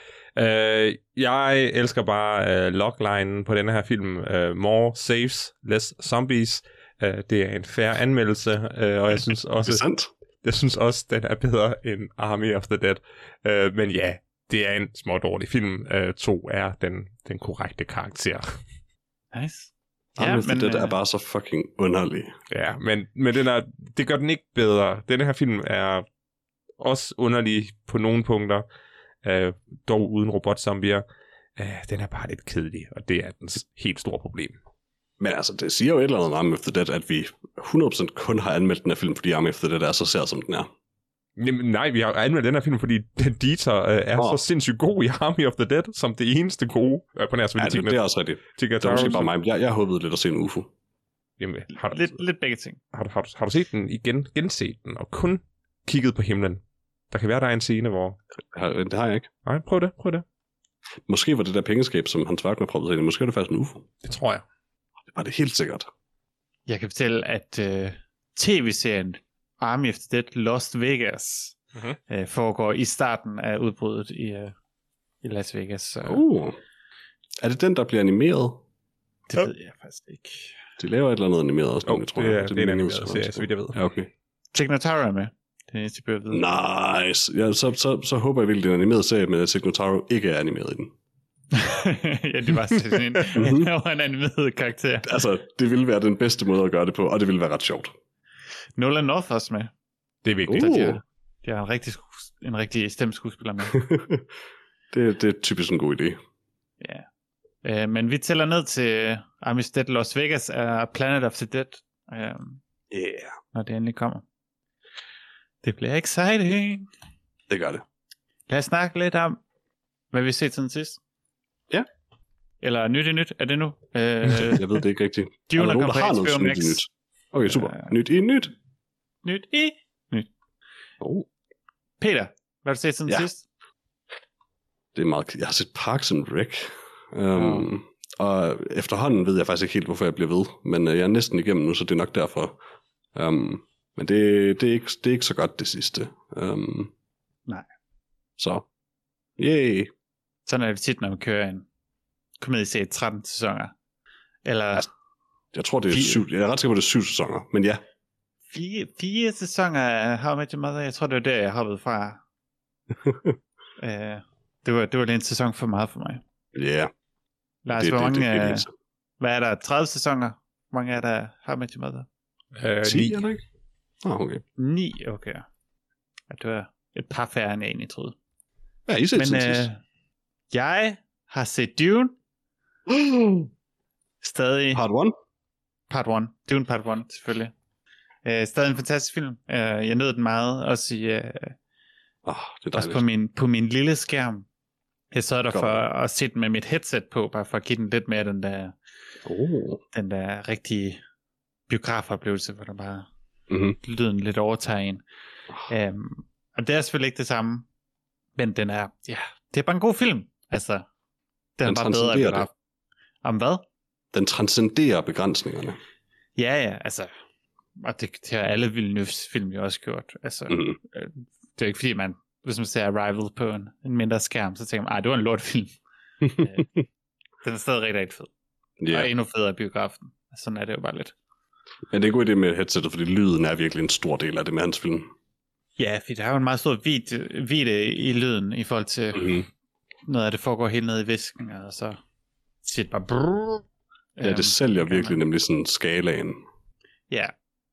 Jeg elsker bare loglinen på denne her film. More saves, less zombies. Det er en fair anmeldelse, og jeg synes også... Det er sandt. Jeg synes også, den er bedre end Army of the Dead. Men ja, det er en små dårlig film. 2 er den korrekte karakter. Nice. Army of the Dead er bare så fucking underlig. Ja, men det gør den ikke bedre. Denne her film er også underlig på nogle punkter, dog uden robotzombier. Den er bare lidt kedelig, og det er dens helt store problem. Men altså, det siger jo et eller andet om Army of the Dead, at vi 100% kun har anmeldt den her film, fordi Army of the Dead er så sær, som den er. Jamen, nej, vi har anmeldt den her film, fordi Dieter er så sindssygt god i Army of the Dead, som det eneste gode på nær selvfølgelig. Ja, det er også rigtigt. Det er måske bare mig. Jeg håbede lidt at se en UFO. Jamen, lidt begge ting. Har du set den igen, genset den, og kun kigget på himlen? Der kan være, der er en scene, hvor... Det har jeg ikke. Nej, prøv det. Måske var det der pengeskab, som Hans Wagner proppede ind i, måske er det faktisk en UFO. Det tror jeg. Det var det helt sikkert. Jeg kan fortælle, at tv-serien Army of the Dead Lost Vegas foregår i starten af udbruddet i Las Vegas. Er det den, der bliver animeret? Det ved jeg faktisk ikke. De laver et eller andet animeret også, jeg tror. Det er en animeret serie, så vidt jeg ved. Ja, okay. Tig Notaro er med. Det er eneste, jeg ved. Nice. Ja, så håber jeg virkelig, det er en animeret serie, men at Tig Notaro ikke er animeret i den. Ja, det var sådan en animeret karakter. Altså, det ville være den bedste måde at gøre det på, og det ville være ret sjovt. Nolan North også med. Det er vigtigt. De har en rigtig stemmeskuespiller med. det er typisk en god idé. Ja. Men vi tæller ned til Army of the Dead Las Vegas er Planet of the Dead. Når det endelig kommer. Det bliver exciting. Det gør det. Lad os snakke lidt om, hvad vi har set siden sidst. Ja. Eller nyt i nyt, er det nu? Jeg ved det ikke rigtigt. Dune er der nogen, der har noget nyt i nyt? Okay, super. Nyt i nyt. Nyt i nyt. Peter, hvad har du set siden sidst? Det er meget... Jeg har set Parks and Rec. Og efterhånden ved jeg faktisk ikke helt, hvorfor jeg bliver ved. Men jeg er næsten igennem nu, så det er nok derfor. Men det er ikke så godt det sidste. Nej. Så. Yay. Sådan er det tit, når man kører en komedieserie 13 sæsoner. Eller... Altså, jeg tror, det er 7. Jeg er ret sikker på, det er 7 sæsoner. Men ja. 4 sæsoner af How I Met Your Mother. Jeg tror, det var der, jeg hoppede fra. Det var lige en sæson for meget for mig. Ja. Yeah. Lars, hvad er der? 30 sæsoner? Hvor mange er der How I Met Your Mother? 10, er der ikke? Okay. 9, okay. Ja, det var et par færre, end jeg egentlig troede. Ja, I set Men jeg har set Dune. Stadig. Part 1. Dune Part 1, selvfølgelig. Stadig en fantastisk film. Jeg nød den meget, også også på min lille skærm. Jeg sad der for at sætte med mit headset på, bare for at give den lidt mere den der rigtige biografoplevelse, hvor der bare lyden lidt overtager en. Og det er selvfølgelig ikke det samme, men den er, det er bare en god film. Altså, den er bare bedre biograf. Om hvad? Den transcenderer begrænsningerne. Ja, altså, og det har alle Villeneuve's film jo også gjort. Altså, det er ikke fordi man, hvis man ser Arrival på en mindre skærm, så tænker man, det var en lortfilm. Den er stadig rigtig fed. Yeah. Og endnu federe i biografen. Sådan er det jo bare lidt. Ja, det er en god idé med headsetet, fordi lyden er virkelig en stor del af det med hans film. Ja, fordi der er jo en meget stor vidde i lyden, i forhold til noget af det foregår helt ned i væsken, og så siger det bare brrr. Ja, det sælger virkelig nemlig sådan skalaen. Ja.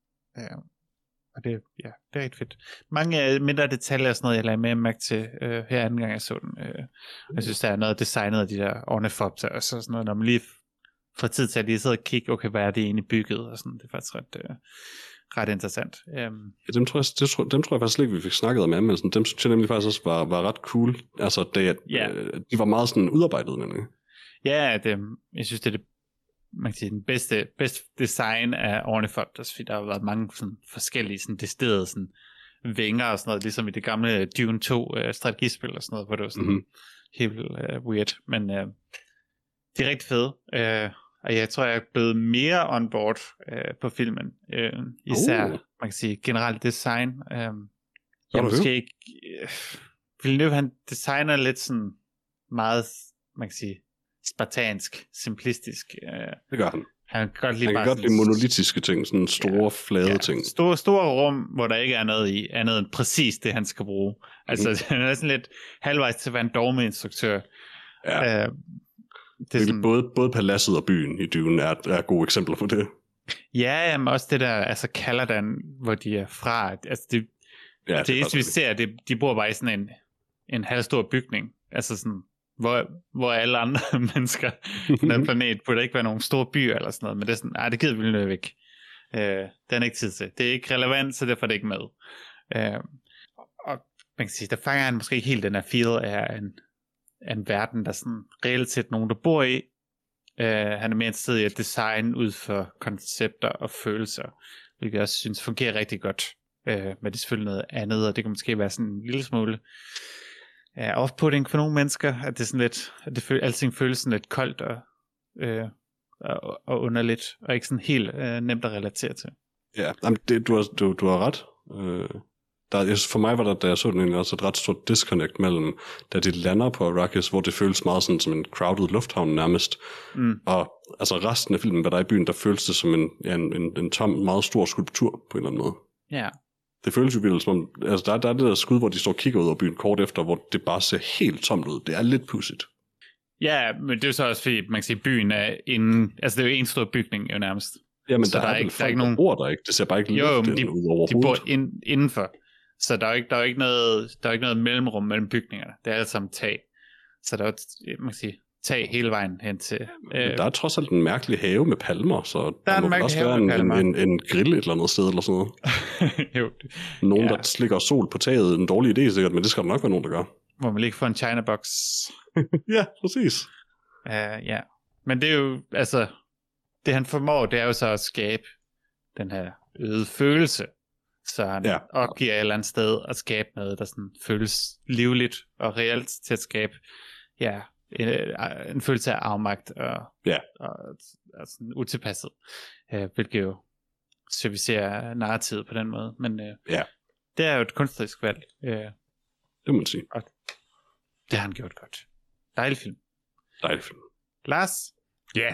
Og det er rigtig fedt. Mange mindre detaljer og sådan noget, jeg lagde med mærke til her anden gang jeg så den. Jeg synes, der er noget designet af de der ornithopter og sådan noget, når man lige får tid til at lige sidde og kigge, okay, hvad er det egentlig bygget, og sådan, det er faktisk ret interessant. Ja, dem tror jeg faktisk slet ikke, vi fik snakket om anmeldelsen. Dem synes jeg nemlig faktisk også var ret cool. Altså, de var meget sådan udarbejdet, nemlig. Ja, jeg synes, det er man kan sige, den bedste design af ornithopters, fordi der har været mange sådan forskellige sådan deciderede sådan vinger og sådan noget, ligesom i det gamle Dune 2 strategispil og sådan noget, hvor det var sådan helt weird, men de er rigtig fede, og jeg tror, jeg er blevet mere on board på filmen, især, man kan sige, generelt design. Jeg måske ikke, Villeneuve, han designer lidt sådan meget, man kan sige, spartansk, simplistisk. Det gør han. Han kan godt lide monolitiske ting, sådan store, flade ting. Store rum, hvor der ikke er noget i, andet end præcis det, han skal bruge. Altså, han er sådan lidt halvvejs til at være en dogmeinstruktør. Ja. Det er sådan, både paladset og byen i Dune er gode eksempler på det. Ja, men også det der, altså Caladan, hvor de er fra. Altså, det eneste, vi ser, de bor bare i sådan en halvstor bygning. Altså sådan, hvor alle andre mennesker på den planet burde ikke være nogen store byer eller sådan noget, men det er sådan, det gider vi jo ikke. Den er ikke tid til. Det er ikke relevant, så derfor er det ikke med. Og man kan sige, der fanger han måske ikke helt den her feel af en verden, der sådan reelt set nogen, der bor i. Han er mere interesseret i at designe ud for koncepter og følelser, hvilket jeg også synes fungerer rigtig godt. Men det er selvfølgelig noget andet, og det kan måske være sådan en lille smule off-putting for nogle mennesker, at det er sådan lidt, at alting føles sådan lidt koldt og underligt, og ikke sådan helt nemt at relatere til. Ja, du har ret. For mig var der, da jeg så den egentlig også et ret stort disconnect mellem, da de lander på Arrakis, hvor det føles meget sådan som en crowded lufthavn nærmest, og altså resten af filmen, hvad der er i byen, der føles det som en tom, meget stor skulptur på en eller anden måde. Ja. Det føles jo vildt som om, altså der er det der skud, hvor de står og kigger ud over byen kort efter, hvor det bare ser helt tomt ud. Det er lidt pudsigt. Ja, men det er jo så også fordi, man kan sige, byen er inden, altså det er jo en stor bygning jo nærmest. Ja, men der er ikke nogen bor der ikke. Det ser bare ikke lidt ud over hovedet. De bor indenfor. Så der er jo ikke noget mellemrum mellem bygningerne. Det er alt sammen tag. Så der er jo, man kan sige, tag hele vejen hen til. Der er trods alt en mærkelig have med palmer, så der må også være en grill et eller andet sted eller sådan noget. Jo. Nogen, der slikker sol på taget, en dårlig idé sikkert, men det skal der nok være nogen, der gør. Hvor man lige får en China box. Ja, præcis. Ja, men det er jo, altså, det han formår, det er jo så at skabe den her øgede følelse. Så han opgiver et eller andet sted at skabe noget, der sådan føles livligt og reelt til at skabe, en følelse af afmagt og sådan utilpasset, hvilket jo servicerer narrativet på den måde, men det er jo et kunstnerisk valg. Det må man sige. Og det har han gjort godt. Dejlig film. Lars? Ja.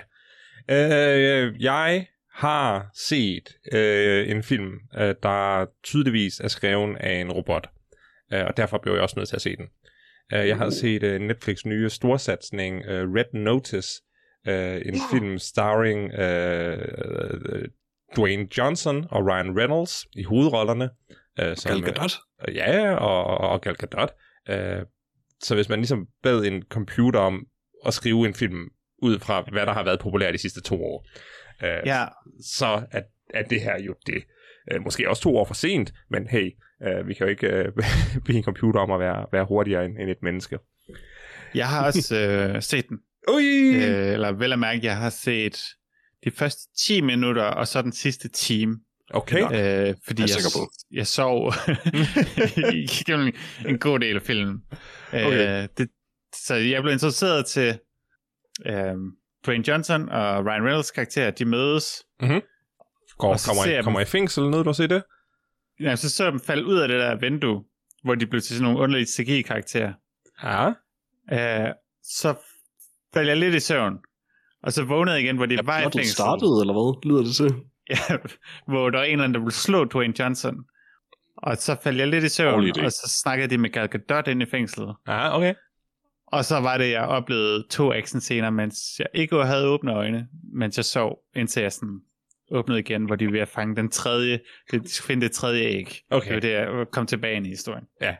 Jeg har set en film, der tydeligvis er skrevet af en robot, og derfor blev jeg også nødt til at se den. Jeg har set Netflix nye storsatsning Red Notice, en film starring Dwayne Johnson og Ryan Reynolds i hovedrollerne. Gal Gadot? Ja, og Gal Gadot. Så hvis man ligesom bad en computer om at skrive en film ud fra, hvad der har været populært de sidste 2 år, så er det her jo det. Måske også 2 år for sent, men hey, vi kan jo ikke bede en computer om at være hurtigere end et menneske. Jeg har også set den. Eller vel at mærke, jeg har set de første 10 minutter, og så den sidste time. Okay. Fordi jeg sov en god del af filmen. Okay. Så jeg blev introduceret til Dwayne Johnson og Ryan Reynolds karakterer. De mødes. Mm-hmm. Kommer i fængsel, noget du har set det? Ja, så dem falde ud af det der vindue, hvor de blev til sådan nogle underlige CGI-karakterer. Ja. Så faldt jeg lidt i søvn. Og så vågnede jeg igen, hvor de var i fængsel. Startede, eller hvad? Lyder det til? Ja, hvor der var en eller anden, der ville slå Dwayne Johnson. Og så faldt jeg lidt i søvn, og så snakkede de med Gal Gadot inde i fængslet. Ja, okay. Og så var det, jeg oplevede 2 actionscener, mens jeg ikke havde åbne øjne, mens jeg sov, indtil jeg sådan åbnede igen, hvor de var ved at fange den tredje, de skulle finde det tredje æg. Okay. Det var det, jeg kom tilbage ind i historien. Ja.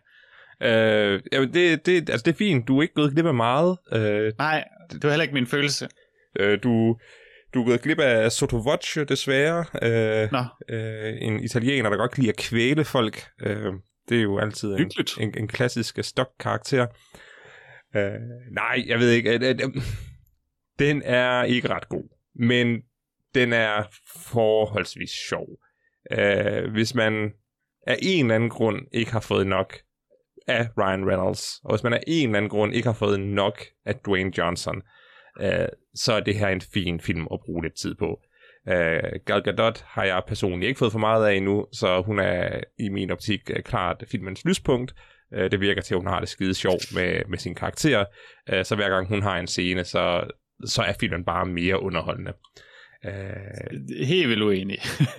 Det er fint. Du er ikke gået glip af meget. Nej, det var heller ikke min følelse. Du er gået glip af Sottovoce, desværre. En italiener, der godt kan lide at kvæle folk. Det er jo altid en klassisk stokkarakter. Nej, jeg ved ikke. Den er ikke ret god, men den er forholdsvis sjov. Hvis man af en eller anden grund ikke har fået nok af Ryan Reynolds, og hvis man af en eller anden grund ikke har fået nok af Dwayne Johnson, så er det her en fin film at bruge lidt tid på. Gal Gadot har jeg personligt ikke fået for meget af endnu, så hun er i min optik klart filmens lyspunkt. Det virker til, at hun har det skide sjov med sin karakter. Så hver gang hun har en scene, så er filmen bare mere underholdende. Helt vildt uenig.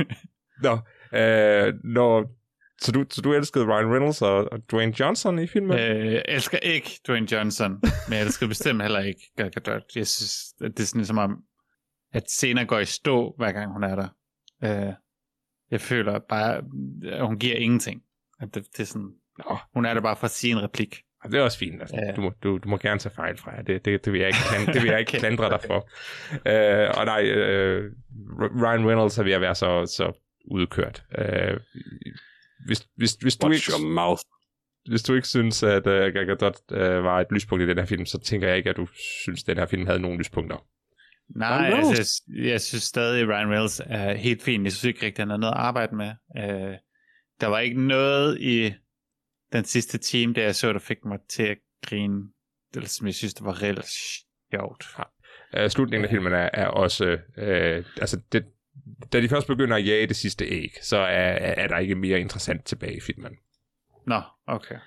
Så du elskede Ryan Reynolds og Dwayne Johnson i filmen? Jeg elsker ikke Dwayne Johnson, men jeg elsker bestemt heller ikke Gal Gadot. Jeg synes, at det er sådan som om, at scener går i stå, hver gang hun er der. Jeg føler bare, at hun giver ingenting. At det er sådan, hun er der bare for at sige en replik. Det er også fint. Altså. Du må gerne tage fejl fra jer. Det vil jeg ikke klandre dig for. Og nej, Ryan Reynolds er ved at være så udkørt. Hvis du ikke synes, at Gal Gadot var et lyspunkt i den her film, så tænker jeg ikke, at du synes, at den her film havde nogle lyspunkter. Nej, jeg synes stadig, at Ryan Reynolds er helt fin. Jeg synes ikke rigtig, han har noget at arbejde med. Der var ikke noget i den sidste time, der jeg så, der fik mig til at grine. Det som jeg synes, det var reelt sjovt. Slutningen af filmen er også... da de først begynder at jage det sidste æg, så er der ikke mere interessant tilbage i filmen. Nå, okay.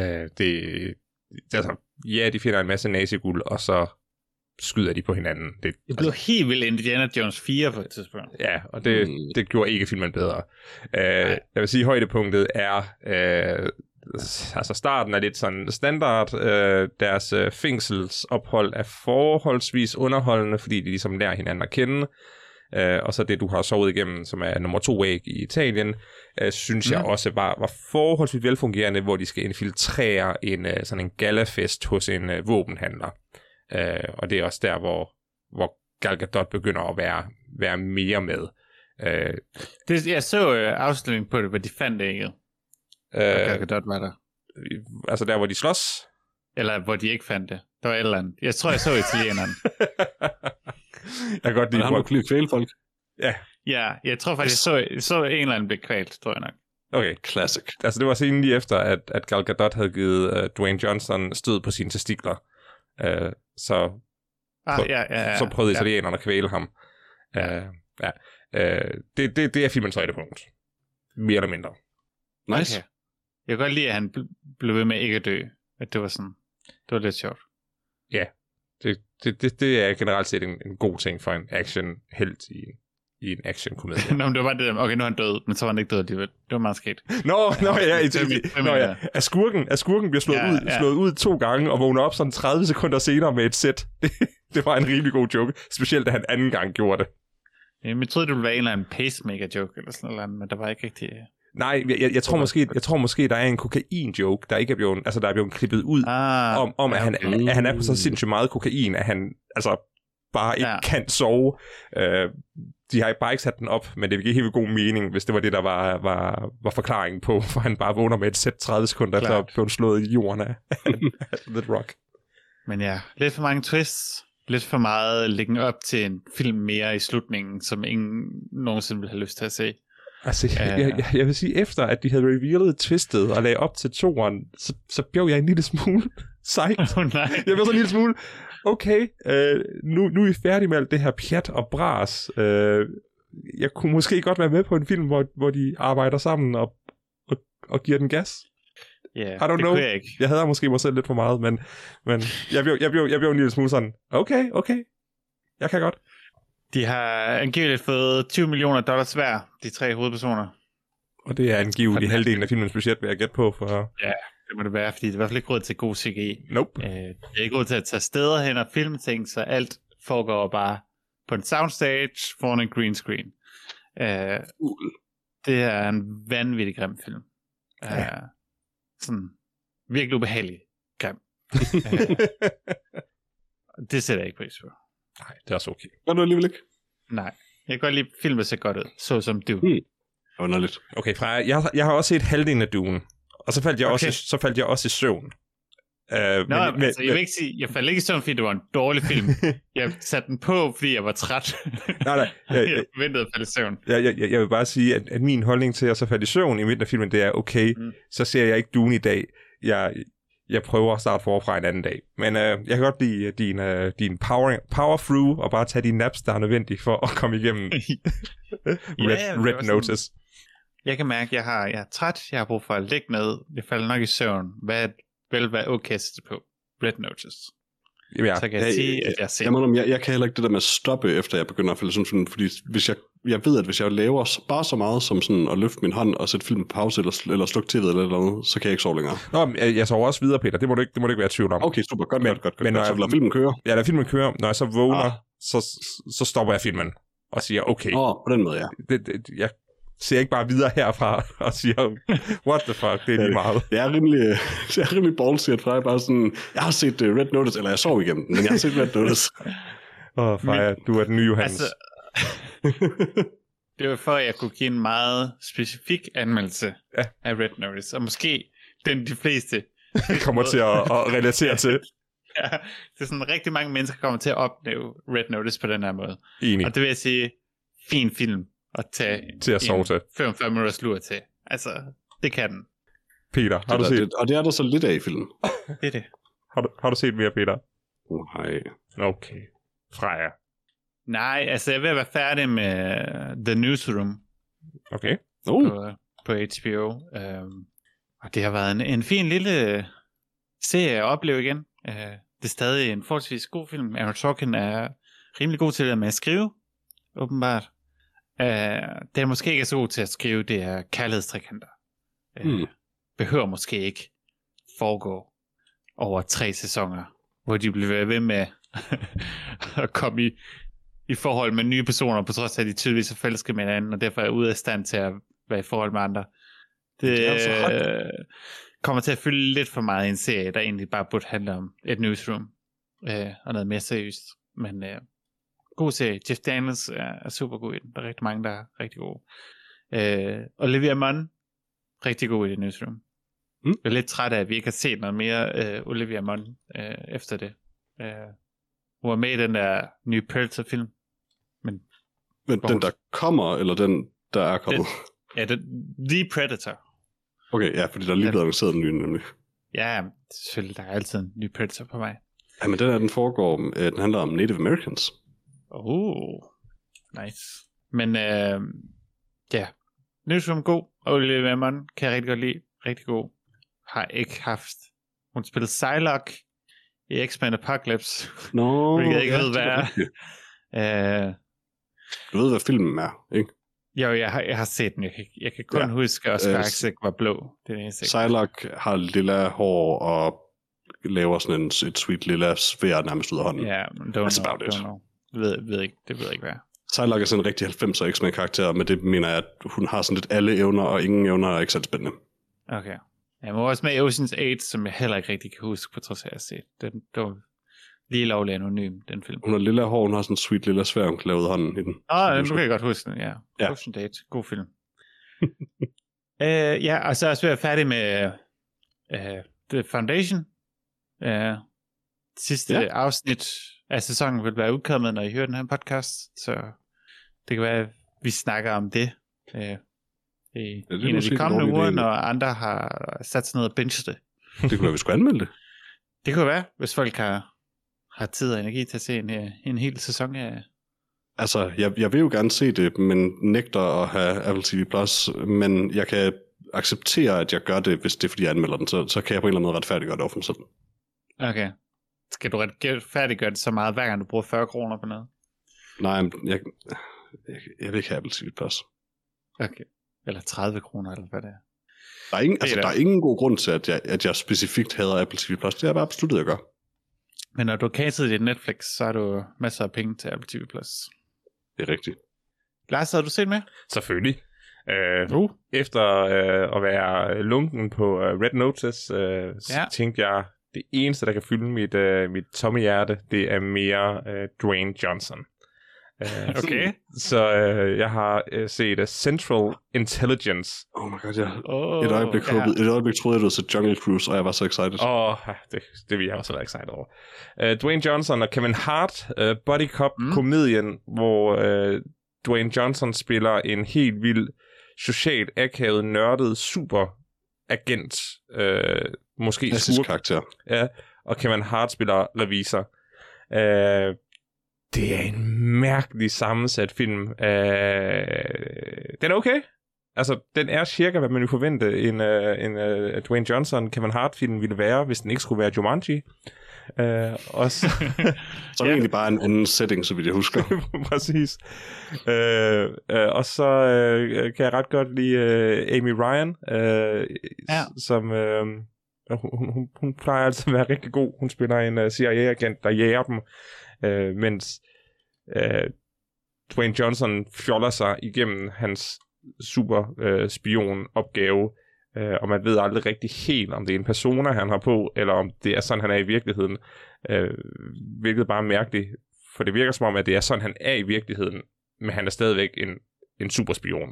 De finder en masse naziguld, og så skyder de på hinanden. Det blev helt vildt Indiana Jones 4 på et tidspunkt. Ja, og det gjorde ikke filmen bedre. Jeg vil sige, højdepunktet er... starten er lidt sådan standard. Deres fængselsophold er forholdsvis underholdende, fordi de ligesom lærer hinanden at kende. Og så det, du har sovet igennem, som er nummer 2 æg i Italien, synes jeg også var forholdsvis velfungerende, hvor de skal infiltrere sådan en galafest hos en våbenhandler. Og det er også der, hvor Gal Gadot begynder at være mere med. Jeg så afslutningen på det, hvor de fandt ægget. Gal Gadot var der. Altså der, hvor de slås? Eller hvor de ikke fandt det. Der var et eller andet. Jeg tror, jeg så italieneren. Jeg kan godt lide, han må kunne kvæle folk. Ja, jeg tror faktisk, jeg så en eller anden blive kvalt, tror jeg nok. Okay. Classic. Altså det var scenen lige efter, at Gal Gadot havde givet Dwayne Johnson stød på sine testikler. Så prøvede italienerne at kvæle ham. Det er filmens højdepunkt. Mere eller mindre. Nice. Okay. Jeg kan godt lide, at han blev ved med ikke at dø. At det var sådan, det var lidt sjovt. Ja, det er generelt set en god ting for en action-helt i en action-komedie. Nå, men det var det der, okay, nu er han død, men så var han ikke død alligevel. Det var meget sket. Nå, ja. At skurken bliver slået ud 2 gange, og vågner op sådan 30 sekunder senere med et sæt. Det var en rimelig god joke, specielt da han anden gang gjorde det. Jeg troede, det ville være en eller anden pacemaker-joke eller sådan noget, men der var ikke rigtig... Nej, jeg tror måske, der er en kokain-joke, der ikke er blevet, altså der er blevet klippet ud, at han er på så sindssygt meget kokain, at han altså bare ikke kan sove. De har bare ikke sat den op, men det vil give helt vildt god mening, hvis det var det, der var forklaringen på, for han bare vågner med et sæt 30 sekunder, efter at blive slået i jorden af The Rock. Men ja, lidt for mange twists, lidt for meget lægge op til en film mere i slutningen, som ingen nogensinde ville have lyst til at se. Altså, jeg vil sige, efter at de havde revealet twistet og lagde op til toeren, så blev jeg en lille smule psyched. Nej. Jeg blev så en lille smule, okay, nu er vi færdige med alt det her pjat og bras. Jeg kunne måske godt være med på en film, hvor de arbejder sammen og giver den gas. Yeah, I don't know. Jeg hader måske mig selv lidt for meget, men jeg blev en lille smule sådan, okay, jeg kan godt. De har angiveligt fået $20 million hver, de 3 hovedpersoner. Og det er angiveligt i halvdelen af filmens budget, vil jeg gætte på. For... Ja, det må det være, fordi det er i hvert fald ikke råd til god CGI. Nope. Det er ikke råd til at tage steder hen og filme ting, så alt foregår bare på en soundstage foran en green screen. Det er en vanvittig grim film. Sådan virkelig ubehagelig grim. Det sætter jeg ikke pris på. Nej, det er også okay. Gør du alligevel ikke? Nej, jeg kan godt lide filmen ser godt ud, så som du. Underligt. Okay, Freja, jeg har også set halvdelen af Dune, og så faldt jeg også i søvn. Jeg vil ikke sige, jeg faldt ikke i søvn, fordi det var en dårlig film. Jeg satte den på, fordi jeg var træt. Nej. Jeg ventede at falde i søvn. Jeg vil bare sige, at min holdning til at så falde i søvn i midten af filmen, det er okay, så ser jeg ikke Dune i dag. Jeg prøver at starte forfra en anden dag. Men jeg kan godt lide din power through, og bare tage de naps, der er nødvendige for at komme igennem Red Notice. Jeg kan mærke, at jeg er træt, jeg har brug for at ligge ned, jeg falder nok i søvn. Hvad vil være okay på Red Notice? Jamen, så kan jeg sige, at jeg ser. Jeg kan heller ikke det der med at stoppe, efter jeg begynder at falde sådan, fordi hvis jeg ved, at hvis jeg laver bare så meget som sådan at løfte min hånd og sætte filmen på pause eller slukke tv'et eller noget, så kan jeg ikke sove længere. Nå, jeg sover også videre, Peter. Det må du ikke være i tvivl om. Okay, super. Godt. Men når så lader filmen køre. Ja, når filmen kører. Når jeg så vågner, så stopper jeg filmen og siger, okay. På den måde, ja. Jeg ser ikke bare videre herfra og siger, what the fuck, det er lige meget. Jeg er rimelig ballsy, at Freja bare sådan, jeg har set Red Notice, eller jeg sov igennem den, men jeg har set Red Notice. Freja, du er den nye Johannes. Altså, det var for, at jeg kunne give en meget specifik anmeldelse af Red Notice, og måske den de fleste kommer til at relatere til. Ja, det er sådan, rigtig mange mennesker kommer til at opleve Red Notice på den her måde. Enig. Og det vil jeg sige, fin film at tage til at sove til. 45 minutters lur til. Altså, det kan den. Peter, har du set? Og det er der så lidt af i filmen. Det er det. Har du set mere, Peter? Nej. Okay. Freja. Nej, altså jeg vil være færdig med The Newsroom. Okay. På HBO. Og det har været en fin lille serie at opleve igen. Det er stadig en forholdsvis god film. Aaron Sorkin er rimelig god til at skrive, åbenbart. Det er måske ikke så god til at skrive, det er kærlighedstrikanter. Behøver måske ikke foregå over 3 sæsoner, hvor de bliver ved med at komme i forhold med nye personer, på trods af, at de tydeligvis er forelskede med hinanden, og derfor er ude af stand til at være i forhold med andre. Det kommer til at fylde lidt for meget i en serie, der egentlig bare burde handle om et newsroom, og noget mere seriøst. Men god serie. Jeff Daniels er super god i den. Der er rigtig mange, der er rigtig gode. Olivia Munn, rigtig god i det newsroom. Jeg er lidt træt af, at vi ikke har set noget mere Olivia Munn efter det. Hun var med i den der nye Predator-film. Men den, der kommer, eller den, der er kommet? The Predator. Okay, ja, fordi der er lige blevet annonceret en ny, nemlig. Ja, selvfølgelig, der er altid en ny Predator på mig. Ja, men den foregår, den handler om Native Americans. Nice. Men Newsroom god, og Olivia Munn kan jeg rigtig godt lide. Rigtig god. Har ikke haft. Hun spillede Psylocke i X-Men Apocalypse. Hvilket jeg ikke ved, hvad er. Du ved, hvad filmen er, ikke? Jo, jeg har set den. Jeg kan kun huske, at Oscar Isaac var blå. Det er det eneste. Psylocke har lilla hår og laver sådan et sweet lilla svær nærmest ud af hånden. Ja, men det ved jeg ikke, hvad er. Psylocke er sådan en rigtig 90'er X-Men karakter, men det mener jeg, at hun har sådan lidt alle evner, og ingen evner er ikke så spændende. Okay. Jeg må også med Ocean's 8, som jeg heller ikke rigtig kan huske, på trods af at jeg har set. Den var lige lovlig anonym, den film. Hun har lille hår, hun har sådan en sweet lille svær, hun kan lave ud af hånden i den. Nu kan jeg godt huske den, ja. Ocean's 8, god film. Og så er jeg også færdig med The Foundation. Sidste afsnit af sæsonen vil være udkommet, når I hører den her podcast, så det kan være, at vi snakker om det i en af de kommende uger, når andre har sat sig ned og binget det. Det kunne være, vi skulle anmelde det. Det kunne være, hvis folk har tid og energi til at se en hel sæson af... Altså, jeg vil jo gerne se det, men nægter at have Apple TV+, men jeg kan acceptere, at jeg gør det, hvis det er, fordi jeg anmelder den, så kan jeg på en eller anden måde retfærdiggøre det over for mig selv. Okay. Skal du retfærdiggøre det så meget, hver gang du bruger 40 kroner på noget? Nej, jeg vil ikke have Apple TV+. Okay. Eller 30 kroner, eller hvad det er. Der er ingen god grund til, at jeg specifikt hader Apple TV+. Det er bare besluttet, jeg gør. Men når du har cancelled dit Netflix, så har du masser af penge til Apple TV+. Det er rigtigt. Lars, har du set med? Selvfølgelig. Efter at være lunken på Red Notice, tænkte jeg, det eneste, der kan fylde mit tomme hjerte, det er mere Dwayne Johnson. Okay. Så jeg har set Central Intelligence. Oh my god, et øjeblik troede jeg, du havde set Jungle Cruise, og jeg var så excited. Det vil jeg også være excited over. Dwayne Johnson og Kevin Hart, buddy cop komedien, hvor Dwayne Johnson spiller en helt vild, socialt akavet, nørdet superagent, måske skurk karakter. Ja, og Kevin Hart spiller revisor. Det er en mærkelig sammensat film. Den er okay. Altså, den er cirka, hvad man ville forvente en Dwayne Johnson, Kevin Hart-film ville være, hvis den ikke skulle være Jumanji. Og så er det egentlig bare en anden setting, så vidt jeg husker. Præcis. Og så kan jeg ret godt lide Amy Ryan, som... Hun plejer altid at være rigtig god. Hun spiller en CIA-agent, der jager dem, mens Dwayne Johnson fjoller sig igennem hans super spion-opgave, og man ved aldrig rigtig helt, om det er en persona, han har på, eller om det er sådan, han er i virkeligheden. Hvilket bare er mærkeligt, for det virker som om, at det er sådan, han er i virkeligheden, men han er stadigvæk en superspion.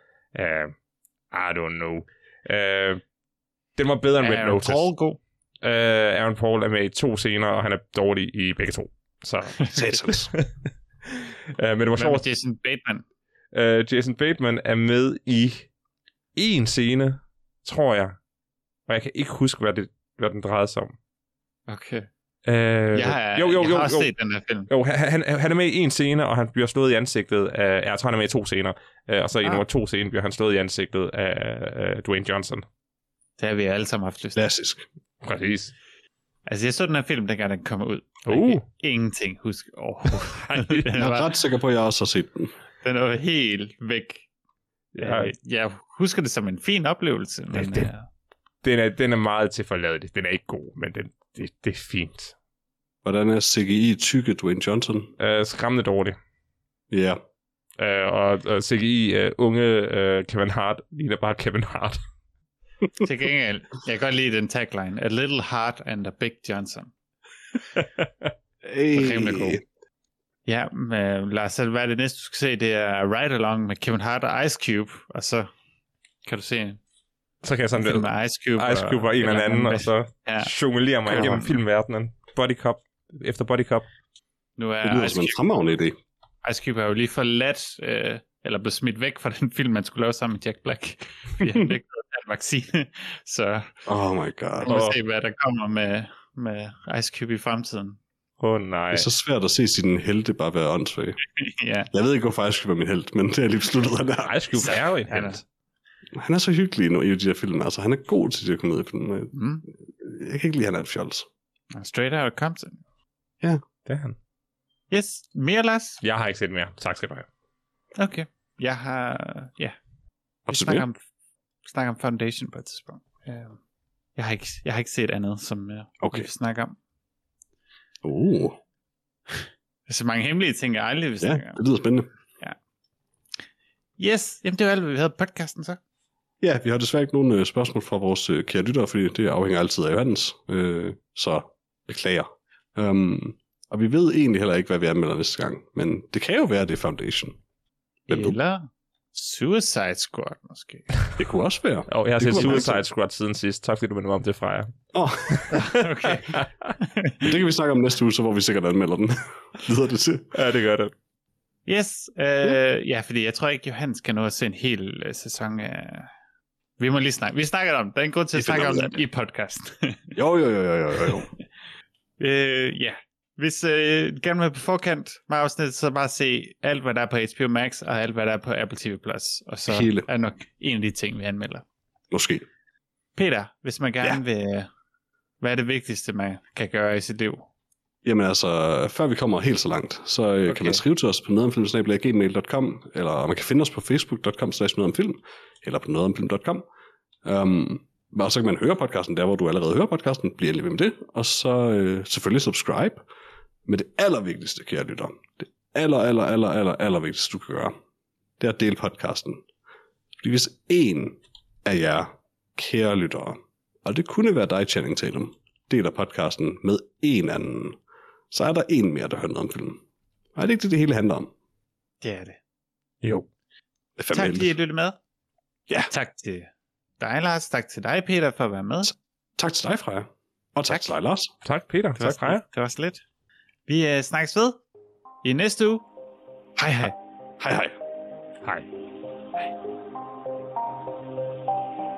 I don't know. Den var bedre end Red Notice. Aaron Paul god. Aaron Paul er med i 2 scener, og han er dårlig i begge 2. Så satans. Men det var sjovt. Jason Bateman. Jason Bateman er med i 1 scene, tror jeg. Og jeg kan ikke huske, hvad den drejede sig om. Okay. Jeg har også set den her film. Jo, han er med i 1 scene, og han bliver slået i ansigtet af... Jeg tror, han er med i 2 scener. Og så i nummer 2 scene bliver han slået i ansigtet af Dwayne Johnson. Det har vi alle sammen haft lyst. Klassisk. Præcis. Altså, jeg så den her film, dengang den kom ud. Jeg kan ingenting huske overhovedet. Jeg er ret sikker på, at jeg også har set den. Den var helt væk. Jeg husker det som en fin oplevelse. Men, den er meget tilforladelig. Den er ikke god, men det er fint. Hvordan er CGI tykke Dwayne Johnson? Skræmmende dårligt. Ja. Og CGI unge Kevin Hart ligner bare Kevin Hart. Til gengæld, jeg kan godt lide den tagline. A little Hart and a big Johnson. Ja, Lars, hvad er det næste, du skal se? Det er Ride Along med Kevin Hart og Ice Cube. Og så kan du se... Så kan jeg sådan med Ice Cube og en eller anden, og så jonglere mig igennem filmverdenen. Body Cop efter Body Cop. Nu er det lyder som en fremragende idé. Ice Cube har jo lige forladt, eller blevet smidt væk fra den film, man skulle lave sammen med Jack Black. Vi har ikke en vaccine, så... Oh my god. Vi må se, hvad der kommer med Ice Cube i fremtiden. Nej. Det er så svært at se sin helte bare være åndssvag. Ja. Jeg ved ikke, hvorfor Ice Cube er min helt, men det er lige besluttet, han er. Ice Cube er jo en helt. Han er så hyggelig nu i de her film. Altså, han er god til de her komediefilm. Jeg kan ikke lide, han er et fjols. Straight Outta Compton. Ja, det er han. Yes, mere Lars? Jeg har ikke set mere. Tak skal du have. Okay. Jeg har... Ja. Vi snakker om Foundation på et tidspunkt. Jeg har ikke set andet, som vi vil snakke om. Der er så mange hemmelige ting, jeg aldrig vil snakke om. Det lyder spændende. Yes, jamen det var alt, hvad vi havde på podcasten så. Ja, vi har desværre ikke nogen spørgsmål fra vores kære lyttere, fordi det afhænger altid af Johannes, så beklager. Og vi ved egentlig heller ikke, hvad vi anmelder næste gang, men det kan jo være, det er Foundation. Eller Suicide Squad måske. Det kunne også være. Jeg har set Suicide Squad siden sidst. Tak fordi du minder mig om det, Freja. Okay. Det kan vi snakke om næste uge, så hvor vi sikkert anmelder den. Lyder det til? Ja, det gør det. Yes, ja, fordi jeg tror ikke, Johannes kan nå at se en hel sæson af... Vi må lige snakke. Vi snakker om det. Der er en grund til at snakke om det i podcasten. Jo. Ja. Hvis gerne vil på forkant med afsnittet, så bare se alt, hvad der er på HBO Max, og alt, hvad der er på Apple TV+. Og så er nok en af de ting, vi anmelder. Måske. Peter, hvis man gerne vil... Hvad er det vigtigste, man kan gøre i sit liv? Jamen altså, før vi kommer helt så langt, så kan man skrive til os på nogetomfilm@gmail.com, eller man kan finde os på facebook.com/nogetomfilm, eller på nogetomfilm.com. Og så kan man høre podcasten der, hvor du allerede hører podcasten. Bliv endelig ved med det. Og så selvfølgelig subscribe. Men det allervigtigste, kære lytter, det allervigtigste, du kan gøre, det er at dele podcasten. Fordi hvis en af jer kære lyttere, og det kunne være dig, Channing Tatum, deler podcasten med en anden, så er der en mere, der hører noget om filmen. Og er det ikke det hele handler om? Det er det. Jo. Det tak fordi I lyttede med. Ja. Tak til dig, Lars. Tak til dig, Peter, for at være med. Tak til dig, Freja. Og tak til dig, Lars. Tak, Peter. Tak, Freja. Det var slet. Vi snakkes ved i næste uge. Hej hej. Hej hej. Hej.